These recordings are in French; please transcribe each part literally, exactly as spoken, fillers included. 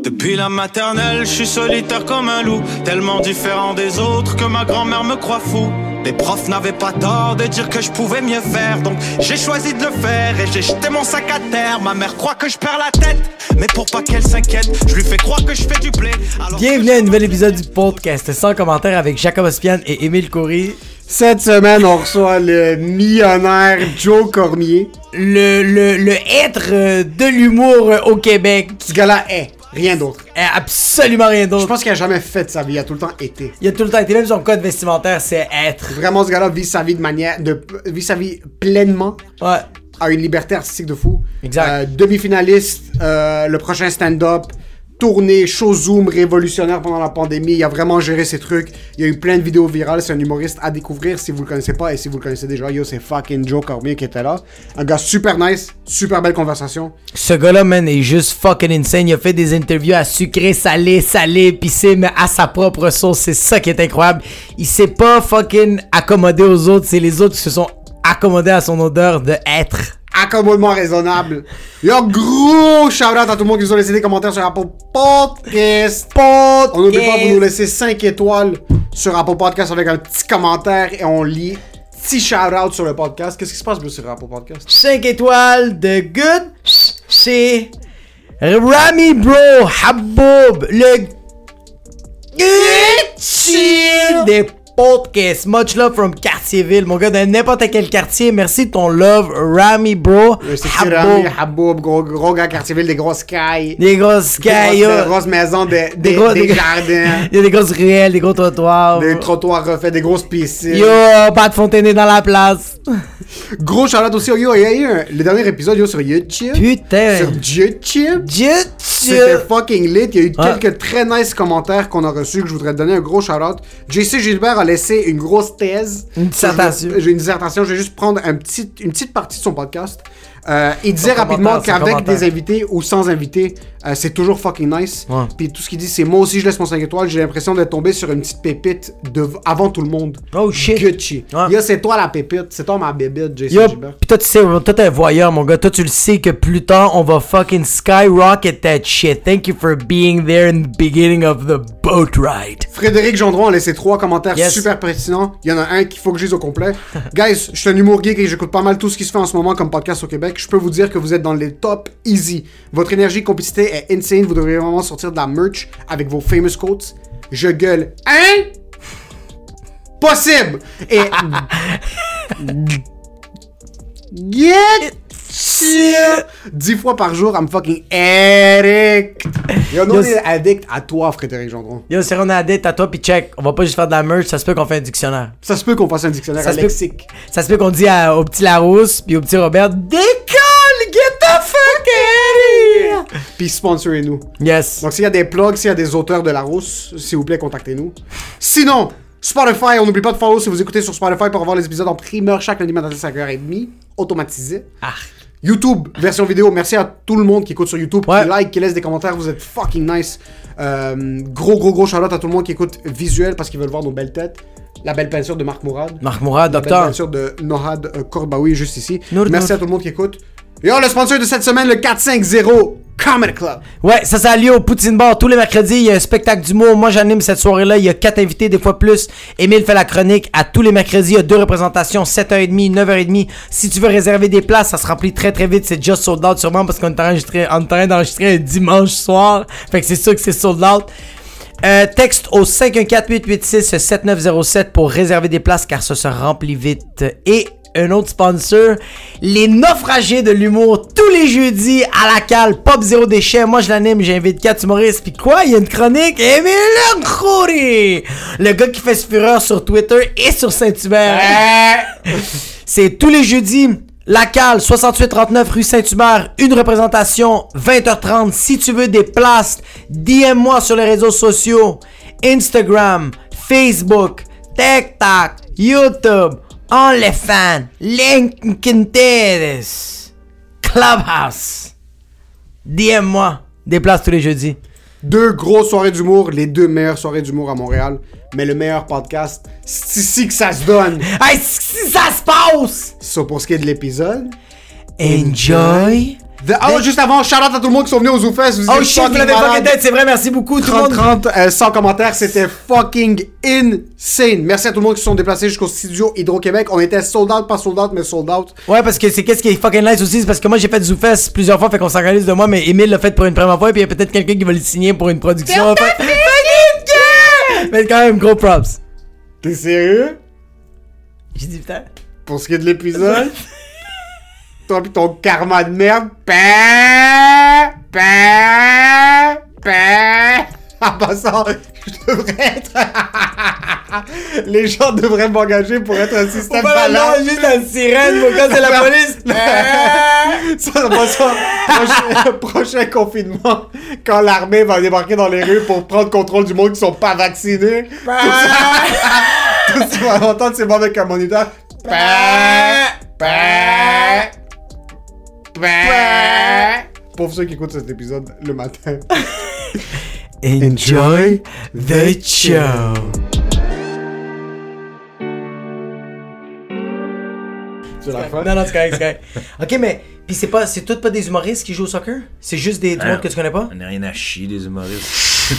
Depuis la maternelle, je suis solitaire comme un loup, tellement différent des autres que ma grand-mère me croit fou. Les profs n'avaient pas tort de dire que je pouvais mieux faire, donc j'ai choisi de le faire et j'ai jeté mon sac à terre. Ma mère croit que je perds la tête, mais pour pas qu'elle s'inquiète, je lui fais croire que je fais du blé. Alors Bienvenue à un nouvel épisode du podcast sans commentaire avec Jacob Ospian et Émile Coury. Cette semaine, on reçoit le millionnaire Joe Cormier. Le, le, le être de l'humour au Québec. Ce gars-là est rien d'autre. Absolument rien d'autre. Je pense qu'il a jamais fait de sa vie, il a tout le temps été. Il a tout le temps été, même son code vestimentaire, c'est être. Vraiment, ce gars-là vit sa vie de manière, de, vit sa vie pleinement. Ouais. A une liberté artistique de fou. Exact. Euh, demi-finaliste, euh, le prochain stand-up, tournée, show Zoom révolutionnaire pendant la pandémie. Il a vraiment géré ses trucs. Il y a eu plein de vidéos virales. C'est un humoriste à découvrir si vous le connaissez pas. Et si vous le connaissez déjà, yo, c'est fucking Joe Cormier qui était là. Un gars super nice, super belle conversation. Ce gars-là, man, est juste fucking insane. Il a fait des interviews à sucré, salé, salé, épicé, mais à sa propre sauce. C'est ça qui est incroyable. Il s'est pas fucking accommodé aux autres. C'est les autres qui se sont accommodés à son odeur de être. Accommodement raisonnable. Yo, gros shout-out à tout le monde qui nous a laissé des commentaires sur Apple Podcast. Podcast. On n'oublie pas de nous laisser cinq étoiles sur Apple Podcast avec un petit commentaire et on lit petit shout-out sur le podcast. Qu'est-ce qui se passe, bro, sur Apple Podcast? cinq étoiles de good. C'est Rami Bro Haboub, le good chill des podcasts. Much love from Cartierville, mon gars, de n'importe quel quartier. Merci de ton love, Rami Bro. C'est qui, Rami Haboub, gros, gros gars Cartierville, des grosses cailles. Des grosses cailles. Des grosses, des grosses maisons, des, des, des, gros, des des, jardins. Il y a des grosses ruelles, des gros trottoirs. Des trottoirs refaits, des grosses piscines. Yo, pas de fontaine dans la place. Gros shout-out aussi. Yo, il y a eu un, le dernier épisode yo, sur YouTube. Putain. Sur YouTube. YouTube. C'était fucking lit. Il y a eu ouais. quelques très nice commentaires qu'on a reçus que je voudrais te donner un gros shout-out. J C Gilbert a laissé une grosse thèse. Une dissertation. J'ai une dissertation. Je vais juste prendre un petit, une petite partie de son podcast. Euh, il disait son rapidement qu'avec des commentaire. invités ou sans invités, euh, c'est toujours fucking nice. Ouais. Puis tout ce qu'il dit, c'est moi aussi je laisse mon cinq étoiles. J'ai l'impression d'être tombé sur une petite pépite de, avant tout le monde. Oh shit. Gucci. Ouais. Yo, c'est toi la pépite. C'est toi ma bébite, J C Yo, Gilbert. pis toi tu sais, toi t'es un voyeur mon gars, toi tu le sais que plus tard on va fucking skyrocket that shit. Thank you for being there in the beginning of the boat ride. Frédéric Gendron a laissé trois commentaires Yes. super pertinents. Il y en a un qu'il faut que je lise au complet. Guys, je suis un humour geek et j'écoute pas mal tout ce qui se fait en ce moment comme podcast au Québec. Je peux vous dire que vous êtes dans les top easy. Votre énergie compétitivité est insane. Vous devriez vraiment sortir de la merch avec vos famous quotes. Je gueule. Hein? Possible! Et... Get shit! Dix fois par jour, I'm fucking addict. Yo, nous, on est addict à toi, Frédéric Gendron. Yo, si on est addict à toi pis check, on va pas juste faire de la merch, ça se peut qu'on fait un dictionnaire. Ça se peut qu'on fasse un dictionnaire Ça à se peut, lexique. ça se peut qu'on dit à- au petit Larousse pis au petit Robert, décolle, get the fuck out of here! Puis sponsorez-nous. Yes. Donc s'il y a des plugs, s'il y a des auteurs de Larousse, s'il vous plaît, contactez-nous. Sinon, Spotify, on n'oublie pas de follow si vous écoutez sur Spotify pour avoir les épisodes en primeur chaque lundi matin à cinq heures trente, automatisé. Ah. YouTube, version vidéo, merci à tout le monde qui écoute sur YouTube, Ouais. qui like, qui laisse des commentaires, vous êtes fucking nice. Euh, gros, gros, gros shout-out à tout le monde qui écoute visuel parce qu'ils veulent voir nos belles têtes. La belle peinture de Marc Mourad. Marc Mourad, La belle docteur. peinture de Nohad euh, Korbaoui, juste ici. Nour- Merci Nour- à tout le monde qui écoute. Yo, le sponsor de cette semaine, le quatre cinq zéro Comedy Club. Ouais, ça ça a lieu au Poutine Bar tous les mercredis. Il y a un spectacle d'humour. Moi, j'anime cette soirée-là. Il y a quatre invités, des fois plus. Émile fait la chronique à tous les mercredis. Il y a deux représentations, sept heures trente, neuf heures trente. Si tu veux réserver des places, ça se remplit très très vite. C'est just sold out sûrement parce qu'on est enregistré, on est en train d'enregistrer un dimanche soir. Fait que c'est sûr que c'est sold out. Euh, texte au cinq un quatre huit huit six sept neuf zéro sept pour réserver des places car ça se remplit vite. Et un autre sponsor, les naufragés de l'humour tous les jeudis à la cale, Pop Zéro Déchet. Moi je l'anime, j'invite quatre humoristes. Pis quoi, il y a une chronique, Émile Coury, le gars qui fait ce fureur sur Twitter et sur Saint-Hubert. C'est tous les jeudis. La Cale, soixante-huit trente-neuf rue Saint-Hubert, une représentation, vingt heures trente. Si tu veux des places, D M-moi sur les réseaux sociaux, Instagram, Facebook, TikTok, YouTube, OnlyFans, LinkedIn, Clubhouse. D M-moi, des places tous les jeudis. Deux grosses soirées d'humour, les deux meilleures soirées d'humour à Montréal. Mais le meilleur podcast, c'est ici que ça se donne. Hey, si ça se passe! Ça, pour ce qui est de l'épisode, Enjoy The... Oh, juste avant, shout out à tout le monde qui sont venus aux Zoufest. Oh shit, vous l'avez fucking dead, c'est vrai, merci beaucoup tout le monde. trente trente, euh, sans commentaires, c'était fucking insane. Merci à tout le monde qui se sont déplacés jusqu'au studio Hydro-Québec. On était sold out, pas sold out, mais sold out. Ouais, parce que c'est qu'est-ce qui est fucking nice aussi, c'est parce que moi j'ai fait Zoufest plusieurs fois, fait qu'on s'organise de moi, mais Émile l'a fait pour une première fois, et puis il y a peut-être quelqu'un qui va le signer pour une production. Fait... Mais quand même, gros props. T'es sérieux? J'ai dit putain. Pour ce qui est de l'épisode, toi pis ton karma de merde, paaah, paaah, paaah. En passant, je devrais être... Les gens devraient m'engager pour être un système balade. Non, juste la sirène, mon gars, c'est la police. Ça, ça va ça. Prochain, prochain confinement, quand l'armée va débarquer dans les rues pour prendre contrôle du monde qui sont pas vaccinés. Tout ça, tout ce qu'on va entendre, c'est moi avec un moniteur. Pour ceux qui écoutent cet épisode le matin. Enjoy the show. C'est la fin? Non, non, c'est correct, c'est correct. Ok, mais, pis c'est pas, c'est tout pas des humoristes qui jouent au soccer? C'est juste des, du monde que tu connais pas? On n'a rien à chier des humoristes.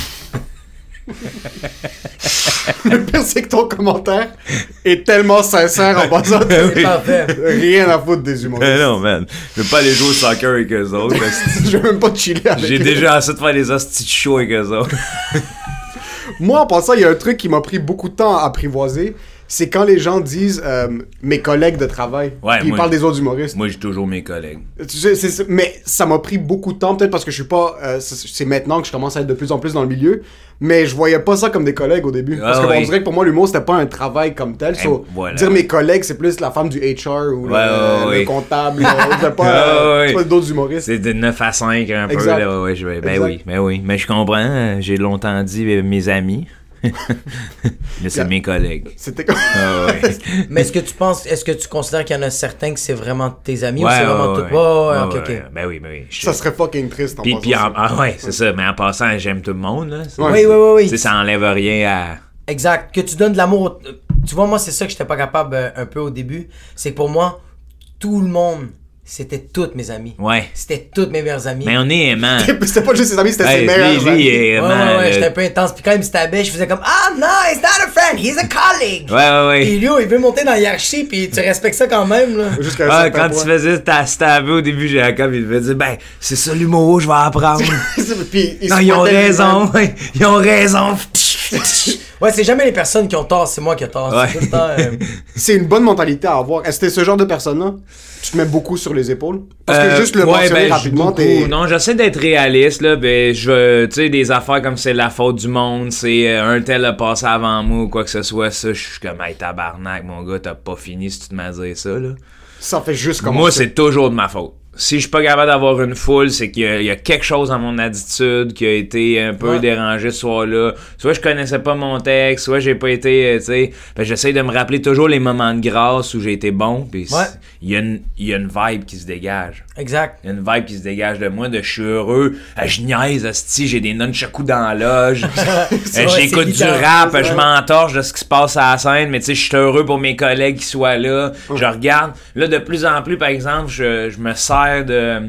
Le pire, c'est que ton commentaire est tellement sincère en passant. C'est parfait. Rien à foutre des humoristes. Mais non, man. Je veux pas aller jouer au soccer avec eux autres. Je veux même pas chiller avec J'ai eux. déjà assez de faire des hosties de show avec eux autres. Moi, en passant, il y a un truc qui m'a pris beaucoup de temps à apprivoiser. C'est quand les gens disent euh, mes collègues de travail. Ouais, puis ils moi, parlent des autres humoristes. Moi, j'ai toujours mes collègues. Tu sais, c'est- c'est- mais ça m'a pris beaucoup de temps, peut-être parce que je suis pas. euh, c'est c'est maintenant que je commence à être de plus en plus dans le milieu. Mais je voyais pas ça comme des collègues au début. parce Ah que bon, oui. on dirait que pour moi, l'humour, c'était pas un travail comme tel. Eh, So, voilà. Dire mes collègues, c'est plus la femme du H R ou le, Ouais, ouais, le ouais. comptable. euh, c'est pas, Ah, euh, ouais. c'est pas d'autres humoristes. C'est de neuf à cinq un Exact. peu. Là, ouais, je vais... Ben Exact. oui, ben oui. Mais je comprends. euh, J'ai longtemps dit euh, mes amis. Mais c'est Yeah. mes collègues. C'était comme. Ah ouais. Mais est-ce que tu penses, est-ce que tu considères qu'il y en a certains que c'est vraiment tes amis ou Ouais, c'est vraiment ouais, tout? ouais. Ouais, ouais, ok, Ouais, ok. ouais. Ben oui, ben oui. Je- Ça serait fucking triste en Puis, passant. puis en, ça. ah ouais, c'est ça. Mais en passant, j'aime tout le monde. Là. Ouais. Oui, oui, oui, oui. Tu sais, ça enlève rien à. Exact. Que tu donnes de l'amour. au- Tu vois, moi, c'est ça que j'étais pas capable euh, un peu au début. C'est que pour moi, tout le monde, c'était toutes mes amis. Ouais. C'était toutes mes meilleures amies. Mais on est aimant. C'était pas juste ses amis, c'était ses Hey, meilleurs lui, lui, amis. il est Ouais, aimant. ouais, ouais, là. j'étais un peu intense. Puis quand il me stabait, je faisais comme Ah non, he's not a friend, he's a colleague. Ouais, ouais, ouais. Puis lui, il veut monter dans la hiérarchie, puis tu respectes ça quand même, là. Jusqu'à un Ah, certain quand point. tu faisais ta stabé au début, Jacob, il devait dire ben, c'est ça l'humour, je vais apprendre. Puis, il non, se ils ont pointait raison, ouais, ils ont raison. Ouais, c'est jamais les personnes qui ont tort, c'est moi qui ai tort. Ouais. C'est tout le temps. euh, C'est une bonne mentalité à avoir. Est-ce que t'es ce genre de personne-là? Tu te mets beaucoup sur les épaules? Parce que Euh, juste le ouais, mentionner ben, rapidement, beaucoup. t'es... Non, j'essaie d'être réaliste, là. Ben, je, tu sais, des affaires comme c'est la faute du monde, c'est euh, un tel a passé avant moi ou quoi que ce soit, ça, je suis comme, hey, tabarnak, mon gars, t'as pas fini si tu te m'as dit ça, là. Ça fait juste commencer. Moi, c'est toujours de ma faute. Si je suis pas capable d'avoir une foule, c'est qu'il y a, il y a quelque chose dans mon attitude qui a été un peu Ouais. dérangé ce soir-là. Soit je connaissais pas mon texte, soit j'ai pas été, euh, tu sais... Ben, j'essaie de me rappeler toujours les moments de grâce où j'ai été bon, pis Ouais. il y a une, il y a une vibe qui se dégage. Exact. Il y a une vibe qui se dégage de moi, de je suis heureux, euh, je niaise, hostie, j'ai des nunchakus dans la loge, euh, C'est vrai, j'écoute c'est du évident, rap, c'est je vrai. m'entorche de ce qui se passe à la scène, mais tu sais, je suis heureux pour mes collègues qui soient là, je regarde. Là, de plus en plus, par exemple, je, je me sers de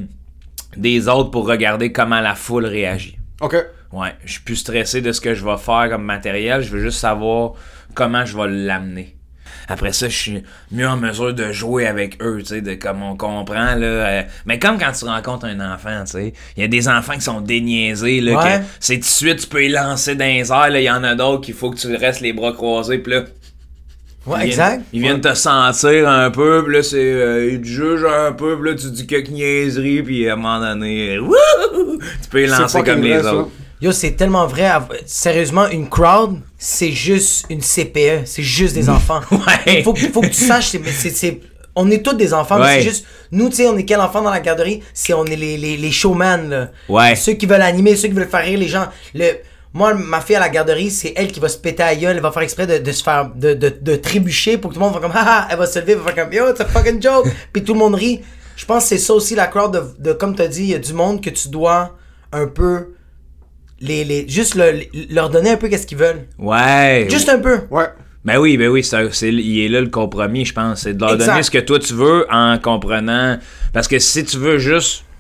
des autres pour regarder comment la foule réagit. OK. Ouais, je suis plus stressé de ce que je vais faire comme matériel, je veux juste savoir comment je vais l'amener. Après ça, je suis mieux en mesure de jouer avec eux, tu sais, de comme on comprend, là. euh, mais comme quand tu rencontres un enfant, tu sais, il y a des enfants qui sont déniaisés, là, Ouais. que c'est tout de suite, tu peux les lancer dans les airs, là, il y en a d'autres qu'il faut que tu restes les bras croisés, pis là... Ouais, Ils exact. viennent, ils viennent te sentir un peu, pis là, c'est... Euh, ils te jugent un peu, pis là, tu dis quelques niaiseries, pis à un moment donné... euh, wouhou, tu peux les C'est lancer fucking comme les vrai, ça. autres. Yo, c'est tellement vrai. av- Sérieusement, une crowd, c'est juste une C P E. C'est juste des enfants. Ouais. Il faut, que- faut que tu saches, c'est, c'est, c'est- on est tous des enfants, mais Ouais. c'est juste, nous, tu sais, on est quel enfant dans la garderie? C'est, on est les, les, les showman, là. Ouais. Ceux qui veulent animer, ceux qui veulent faire rire les gens. Le, moi, ma fille à la garderie, c'est elle qui va se péter à gueule, elle va faire exprès de, de se faire, de, de, de trébucher pour que tout le monde va comme, haha, elle va se lever, elle va faire comme, yo, it's a fucking joke. Puis tout le monde rit. Je pense que c'est ça aussi, la crowd de, de comme t'as dit, il y a du monde que tu dois un peu, les, les, juste le- leur donner un peu qu'est-ce qu'ils veulent. Ouais. Juste un peu. Ouais. Ben oui, ben oui, c'est, un- c'est, il est là le compromis, je pense. C'est de leur Exact. donner ce que toi tu veux en comprenant. Parce que si tu veux juste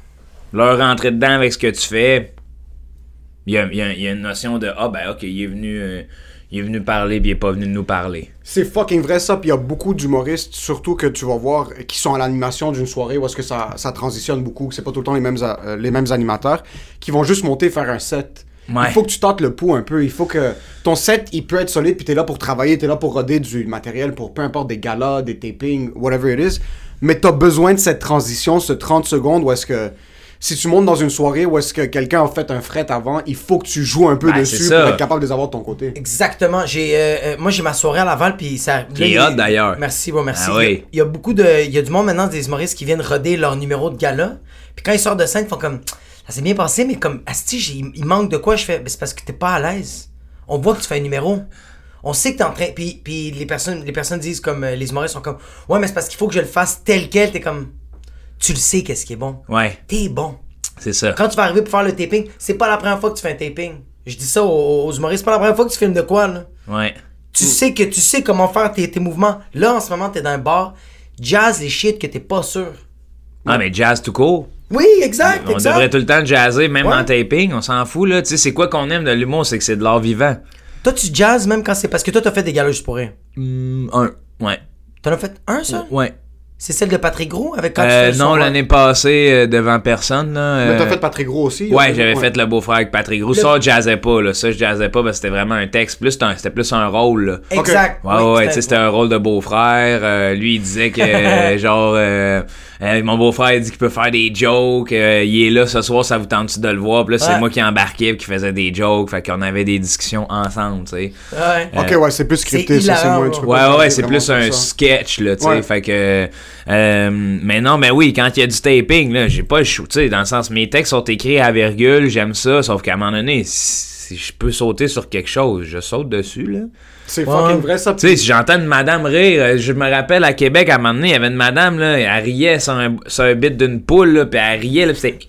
leur rentrer dedans avec ce que tu fais, il y a, y a, y a une notion de « Ah, ben, OK, il est venu... Euh, il est venu parler, puis il est pas venu nous parler. » C'est fucking vrai ça, puis il y a beaucoup d'humoristes, surtout que tu vas voir, qui sont à l'animation d'une soirée où est-ce que ça, ça transitionne beaucoup, que c'est pas tout le temps les mêmes, euh, les mêmes animateurs, qui vont juste monter faire un set. Ouais. Il faut que tu tentes le pouls un peu, il faut que ton set, il peut être solide, puis t'es là pour travailler, t'es là pour roder du matériel pour peu importe des galas, des tapings, whatever it is, mais t'as besoin de cette transition, ce trente secondes où est-ce que... Si tu montes dans une soirée où est-ce que quelqu'un a fait un fret avant, il faut que tu joues un peu ben, dessus pour être capable de les avoir de ton côté. Exactement. J'ai, euh, euh, moi, j'ai ma soirée à Laval, puis ça... Qui est hot, d'ailleurs. Merci, bon, merci. Ah, oui. il, y a, il y a beaucoup de... Il y a du monde maintenant, des humoristes qui viennent roder leur numéro de gala, puis quand ils sortent de scène, ils font comme... Ça s'est bien passé, mais comme... Asti, j'ai, il manque de quoi? Je fais... Ben, c'est parce que t'es pas à l'aise. On voit que tu fais un numéro. On sait que t'es en train... Puis, puis les personnes les personnes disent comme... Euh, les humoristes sont comme... Ouais, mais c'est parce qu'il faut que je le fasse tel quel. T'es comme... Tu le sais qu'est-ce qui est bon. Ouais. T'es bon. C'est ça. Quand tu vas arriver pour faire le taping, c'est pas la première fois que tu fais un taping. Je dis ça aux, aux humoristes, c'est pas la première fois que tu filmes de quoi, là. Ouais. Tu sais que tu sais comment faire tes, tes mouvements. Là, en ce moment, t'es dans un bar, jazz les shit que t'es pas sûr. Ah, mais jazz tout court. Oui, exact, On exact. devrait tout le temps jazzer, même Ouais. en taping, on s'en fout, là. Tu sais, c'est quoi qu'on aime de l'humour, c'est que c'est de l'art vivant. Toi, tu jazz même quand c'est... Parce que toi, t'as fait des galas juste pour rire. Mm, un. Ouais. T'en as fait un, ça? Ouais. C'est celle de Patrick Gros avec quand Euh, tu fais non, son- l'année passée, euh, devant personne, là. Mais t'as euh, fait Patrick Gros aussi. Ouais, hein? j'avais fait le beau-frère avec Patrick Gros. Le- Ça, je jazzais pas, là. Ça, je jazzais pas parce que c'était vraiment un texte. Plus, c'était un- c'était plus un rôle, là. Exact. Ouais, Oui, ouais, c'était- tu sais, c'était un rôle de beau-frère. Euh, lui, il disait que, euh, genre, euh, euh, mon beau-frère, il dit qu'il peut faire des jokes. Euh, il est là ce soir, ça vous tente de le voir? Puis là, c'est Ouais. moi qui embarquais, qui faisait des jokes. Fait qu'on avait des discussions ensemble, tu sais. Ouais. Ok, ouais, c'est plus scripté, c'est ça, c'est hilarant, moins. tu peux Ouais, pas ouais, jaser c'est vraiment plus comme un ça. sketch, là, tu sais. Ouais. Fait que. Euh, mais non, mais oui, quand il y a du taping, là, j'ai pas le choix, tu sais, dans le sens, mes textes sont écrits à virgule, j'aime ça, sauf qu'à un moment donné, si je peux sauter sur quelque chose, je saute dessus, là. C'est Ouais. fucking vrai, ça. Tu sais, si j'entends une madame rire, euh, je me rappelle à Québec, à un moment donné, il y avait une madame, là, elle riait sur un, sur un bit d'une poule, là, pis elle riait, là, pis c'était...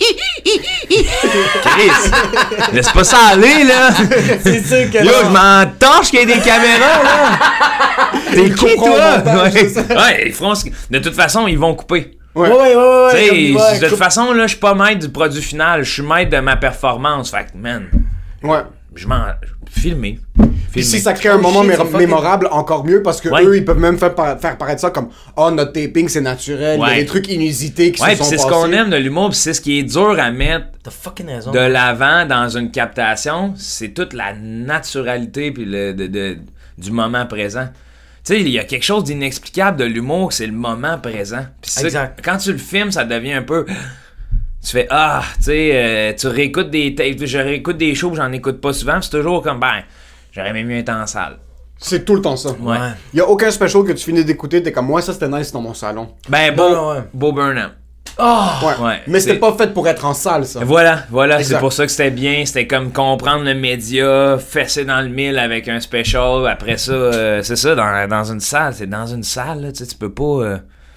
Chris! Laisse pas ça aller, là! C'est sûr que Yo, non. je m'en torche qu'il y ait des caméras, là! T'es qui, couperont toi? au montage, Ouais. c'est ça. Ouais, ils feront ce qu'ils- de toute façon, ils vont couper. Ouais, ouais, ouais, ouais. Tu sais, comme il va, de toute coupe- façon, là, je suis pas maître du produit final, je suis maître de ma performance. Fait que, man, Ouais. je m'en... Filmer. Puis Filmer. si ça crée un Oh moment shit, mé- c'est fucking- mémorable, encore mieux, parce que Ouais. eux, ils peuvent même faire, par- faire paraître ça comme « Oh, notre taping, c'est naturel, il y Ouais. a des trucs inusités qui Ouais, se pis sont c'est passés. ce qu'on aime de l'humour, pis c'est ce qui est dur à mettre T'as fucking raison. de l'avant dans une captation, c'est toute la naturalité puis le de, de- du moment présent. Tu sais, il y a quelque chose d'inexplicable de l'humour, c'est le moment présent. Pis ça, Exact. quand tu le filmes, ça devient un peu... Tu fais, ah, tu sais, euh, tu réécoutes des tapes, je réécoute des shows, j'en écoute pas souvent, pis c'est toujours comme, ben, j'aurais même mieux être en salle. C'est tout le temps ça. Ouais. Il y a aucun special que tu finis d'écouter, t'es comme « Moi, ça, c'était nice dans mon salon. Ben, Non, Beau, non, ouais. Beau Burnham. Oh! » Ouais. Ouais, Mais c'était c'est- pas fait pour être en salle, ça. Voilà, voilà, Exact. c'est pour ça que c'était bien. C'était comme comprendre le média, fesser dans le mille avec un special. Après ça, euh, c'est ça, dans, dans une salle. C'est dans une salle, là, tu sais, tu peux pas... euh,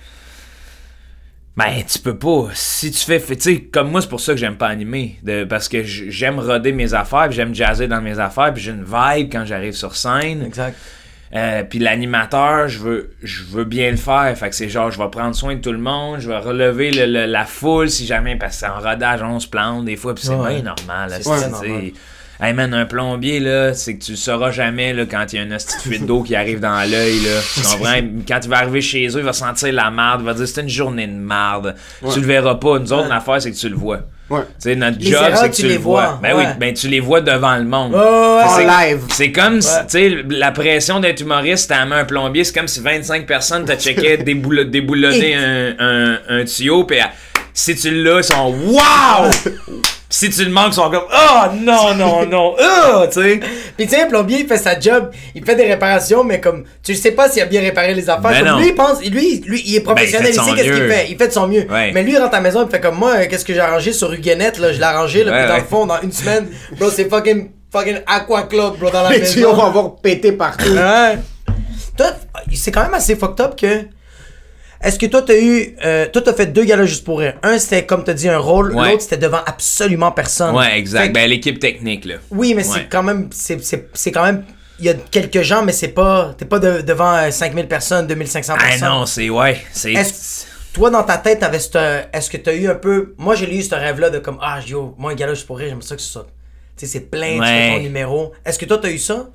Ben, tu peux pas. Si tu fais... Tu sais, comme moi, c'est pour ça que j'aime pas animer. De, parce que j- j'aime roder mes affaires, puis j'aime jazzer dans mes affaires, puis j'ai une vibe quand j'arrive sur scène. Exact. Euh, puis l'animateur, je veux je veux bien le faire. Fait que c'est genre, je vais prendre soin de tout le monde, je vais relever le- le- la foule si jamais, parce que c'est en rodage, on se plante des fois, puis c'est Ouais. bien normal. Là, C'est c'est- très c'est- normal. Hey man, un plombier, là, c'est que tu le sauras jamais là, quand il y a une petite fuite d'eau qui arrive dans l'œil. Là. Tu comprends? Quand il va arriver chez eux, il va sentir la marde, il va dire c'est une journée de marde. Tu le verras pas. Nous autres, Ouais. l'affaire, c'est que tu le vois. Ouais. Tu sais, notre Les job, erreurs, c'est que tu tu les le vois. vois. Ben Ouais. oui, ben tu les vois devant le monde. Ouais, ouais, ouais. En C'est- live. C'est comme si, Ouais. tu sais, la pression d'être humoriste, t'as mis un plombier, c'est comme si vingt-cinq personnes te checkaient déboule- déboulonner un, un, un tuyau, pis à- si tu l'as, ils sont « Wow! » Si tu le manques, ils sont comme « Oh non, non, non, oh! » Tu sais. Pis tu sais, un plombier, il fait sa job, il fait des réparations, mais comme, tu sais pas s'il a bien réparé les affaires. Ben Comme non. lui, il pense, lui, lui, il est professionnel, Ben, il fait il de sait son qu'est-ce qu'il mieux. fait, il fait de son mieux. Ouais. Mais lui, il rentre à la maison, il fait comme moi, euh, qu'est-ce que j'ai arrangé sur Huguenette, là, je l'ai arrangé, là, Ouais, pis dans ouais. le fond, dans une semaine, bro, c'est fucking, fucking Aqua Club, bro, dans la Les maison. tuyaux vont avoir pété partout. Ouais. Toi, c'est quand même assez fucked up que. Est-ce que toi, t'as eu. Euh, toi, t'as fait deux galas juste pour rire. Un, c'était, comme t'as dit, un rôle. Ouais. L'autre, c'était devant absolument personne. Ouais, Fait exact. que- Ben, l'équipe technique, là. oui, mais Ouais. c'est quand même. C'est, c'est, c'est quand même. Il y a quelques gens, mais c'est pas. T'es pas de- devant euh, cinq mille personnes, deux mille cinq cents Ah personnes. non, c'est... Ouais, c'est... Est-ce- toi, dans ta tête, t'avais ce... est-ce que t'as eu un peu... Moi, j'ai eu ce rêve-là de comme, ah, yo, moi, un gars-là, je pourrais, j'aime ça que c'est ça. Tu sais, c'est plein, Ouais. tu fais ton numéro. Est-ce que toi, t'as eu ça?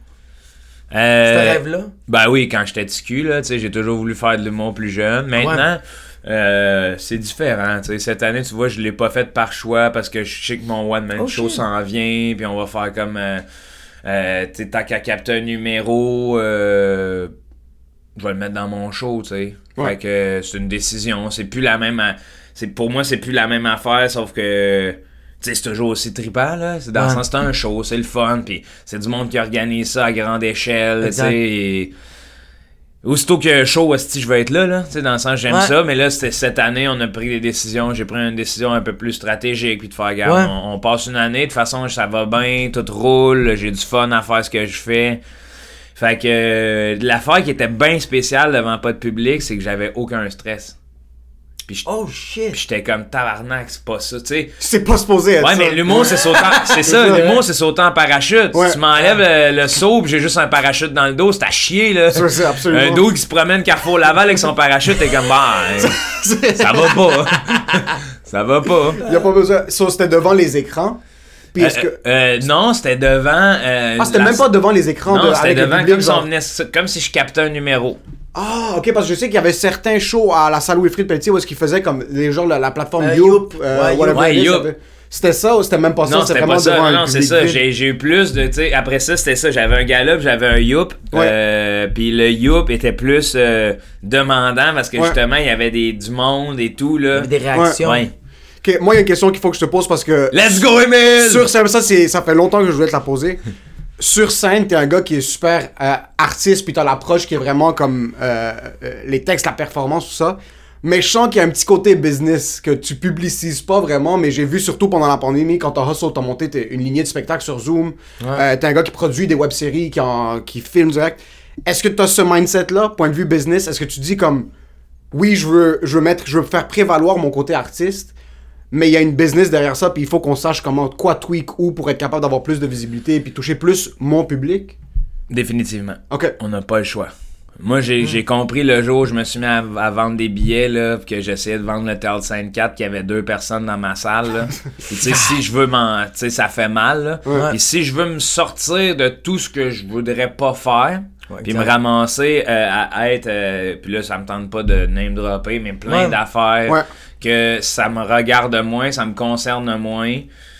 Euh, Ce rêve-là? Ben oui, quand j'étais petit cul, là, tu sais, j'ai toujours voulu faire de l'humour plus jeune. Maintenant, ouais. euh, c'est différent. Tu sais, cette année, tu vois, je l'ai pas fait par choix parce que je sais que mon one-man oh, show shit. s'en vient, puis on va faire comme... Euh, euh, tu sais, t'as qu'à capter un numéro... Euh, je vais le mettre dans mon show, tu sais. Ouais. Fait que c'est une décision. C'est plus la même... C'est, pour moi, c'est plus la même affaire, sauf que... Tu sais, c'est toujours aussi trippant, là. C'est dans ouais. le sens, c'est un show, c'est le fun, pis c'est du monde qui organise ça à grande échelle, tu sais. Et... Aussitôt qu'il y a un show, si je veux être là, là. Tu sais, dans le sens, j'aime ouais. ça, mais là, c'était cette année, on a pris des décisions. J'ai pris une décision un peu plus stratégique, puis de faire, regarde, ouais. on, on passe une année, de toute façon, ça va bien, tout roule, j'ai du fun à faire ce que je fais. Fait que euh, l'affaire qui était bien spéciale devant pas de public, c'est que j'avais aucun stress. Pis oh shit! Pis j'étais comme tabarnak, c'est pas ça, tu sais. C'est pas supposé être ouais, ça. mais l'humour, c'est sautant. C'est ça, ça, l'humour, c'est sautant en parachute. Ouais. Si tu m'enlèves le, le saut pis j'ai juste un parachute dans le dos, c'est à chier, là. Ça, c'est absolument. Un dos qui se promène Carrefour Laval avec son parachute, t'es comme, bah, hein, ça va pas. Ça va pas. Y a pas besoin. Ça, c'était devant les écrans. Puis est-ce Euh, que. euh, non, c'était devant. Euh, Ah, c'était la- même pas devant les écrans Non, de, c'était avec le devant public, comme si, on genre. venait, comme si je captais un numéro. Ah, ok, parce que je sais qu'il y avait certains shows à la salle Wilfrid Pelletier où est-ce qu'ils faisaient comme les gens, la, la plateforme Euh, Youp, Youp. euh, Ouais, whatever Ouais, it is, Youp. ça fait- C'était ça ou c'était même pas ça? Non, C'était c'était vraiment pas ça. devant Non, un non, c'est public ça. vide? J'ai, j'ai eu plus de, tu sais, après ça, c'était ça. J'avais un gala, puis j'avais un Youp. Ouais. Euh, puis le Youp était plus euh, demandant parce que Ouais. justement, il y avait des, du monde et tout, Il y là. avait des réactions. Ouais. Ok, moi, il y a une question qu'il faut que je te pose parce que. Let's go, Emile! Sur scène, ça, c'est, ça fait longtemps que je voulais te la poser. Sur scène, t'es un gars qui est super euh, artiste, puis t'as l'approche qui est vraiment comme euh, euh, les textes, la performance, tout ça. Mais je sens qu'il y a un petit côté business que tu publicises pas vraiment, mais j'ai vu surtout pendant la pandémie, quand t'as Hustle, t'as monté t'es une lignée de spectacles sur Zoom. Ouais. Euh, t'es un gars qui produit des web-séries, qui, en, qui filme direct. Est-ce que t'as ce mindset-là, point de vue business? Est-ce que tu dis comme, oui, je veux, je veux mettre, je veux faire prévaloir mon côté artiste, mais il y a une business derrière ça, puis il faut qu'on sache comment, quoi tweak où pour être capable d'avoir plus de visibilité, puis toucher plus mon public? Définitivement. Ok. On n'a pas le choix. Moi, j'ai, j'ai compris le jour où je me suis mis à, à vendre des billets, là, pis que j'essayais de vendre le Théâtre Sainte-Cathe, qu'il y avait deux personnes dans ma salle, là. Pis tu sais, si je veux m'en... Tu sais, ça fait mal, là. Ouais. Pis si je veux me sortir de tout ce que je voudrais pas faire, Ouais, puis me exact. ramasser euh, à être... Euh, puis là, ça me tente pas de name-dropper, mais plein Ouais. d'affaires Ouais. que ça me regarde moins, ça me concerne moins.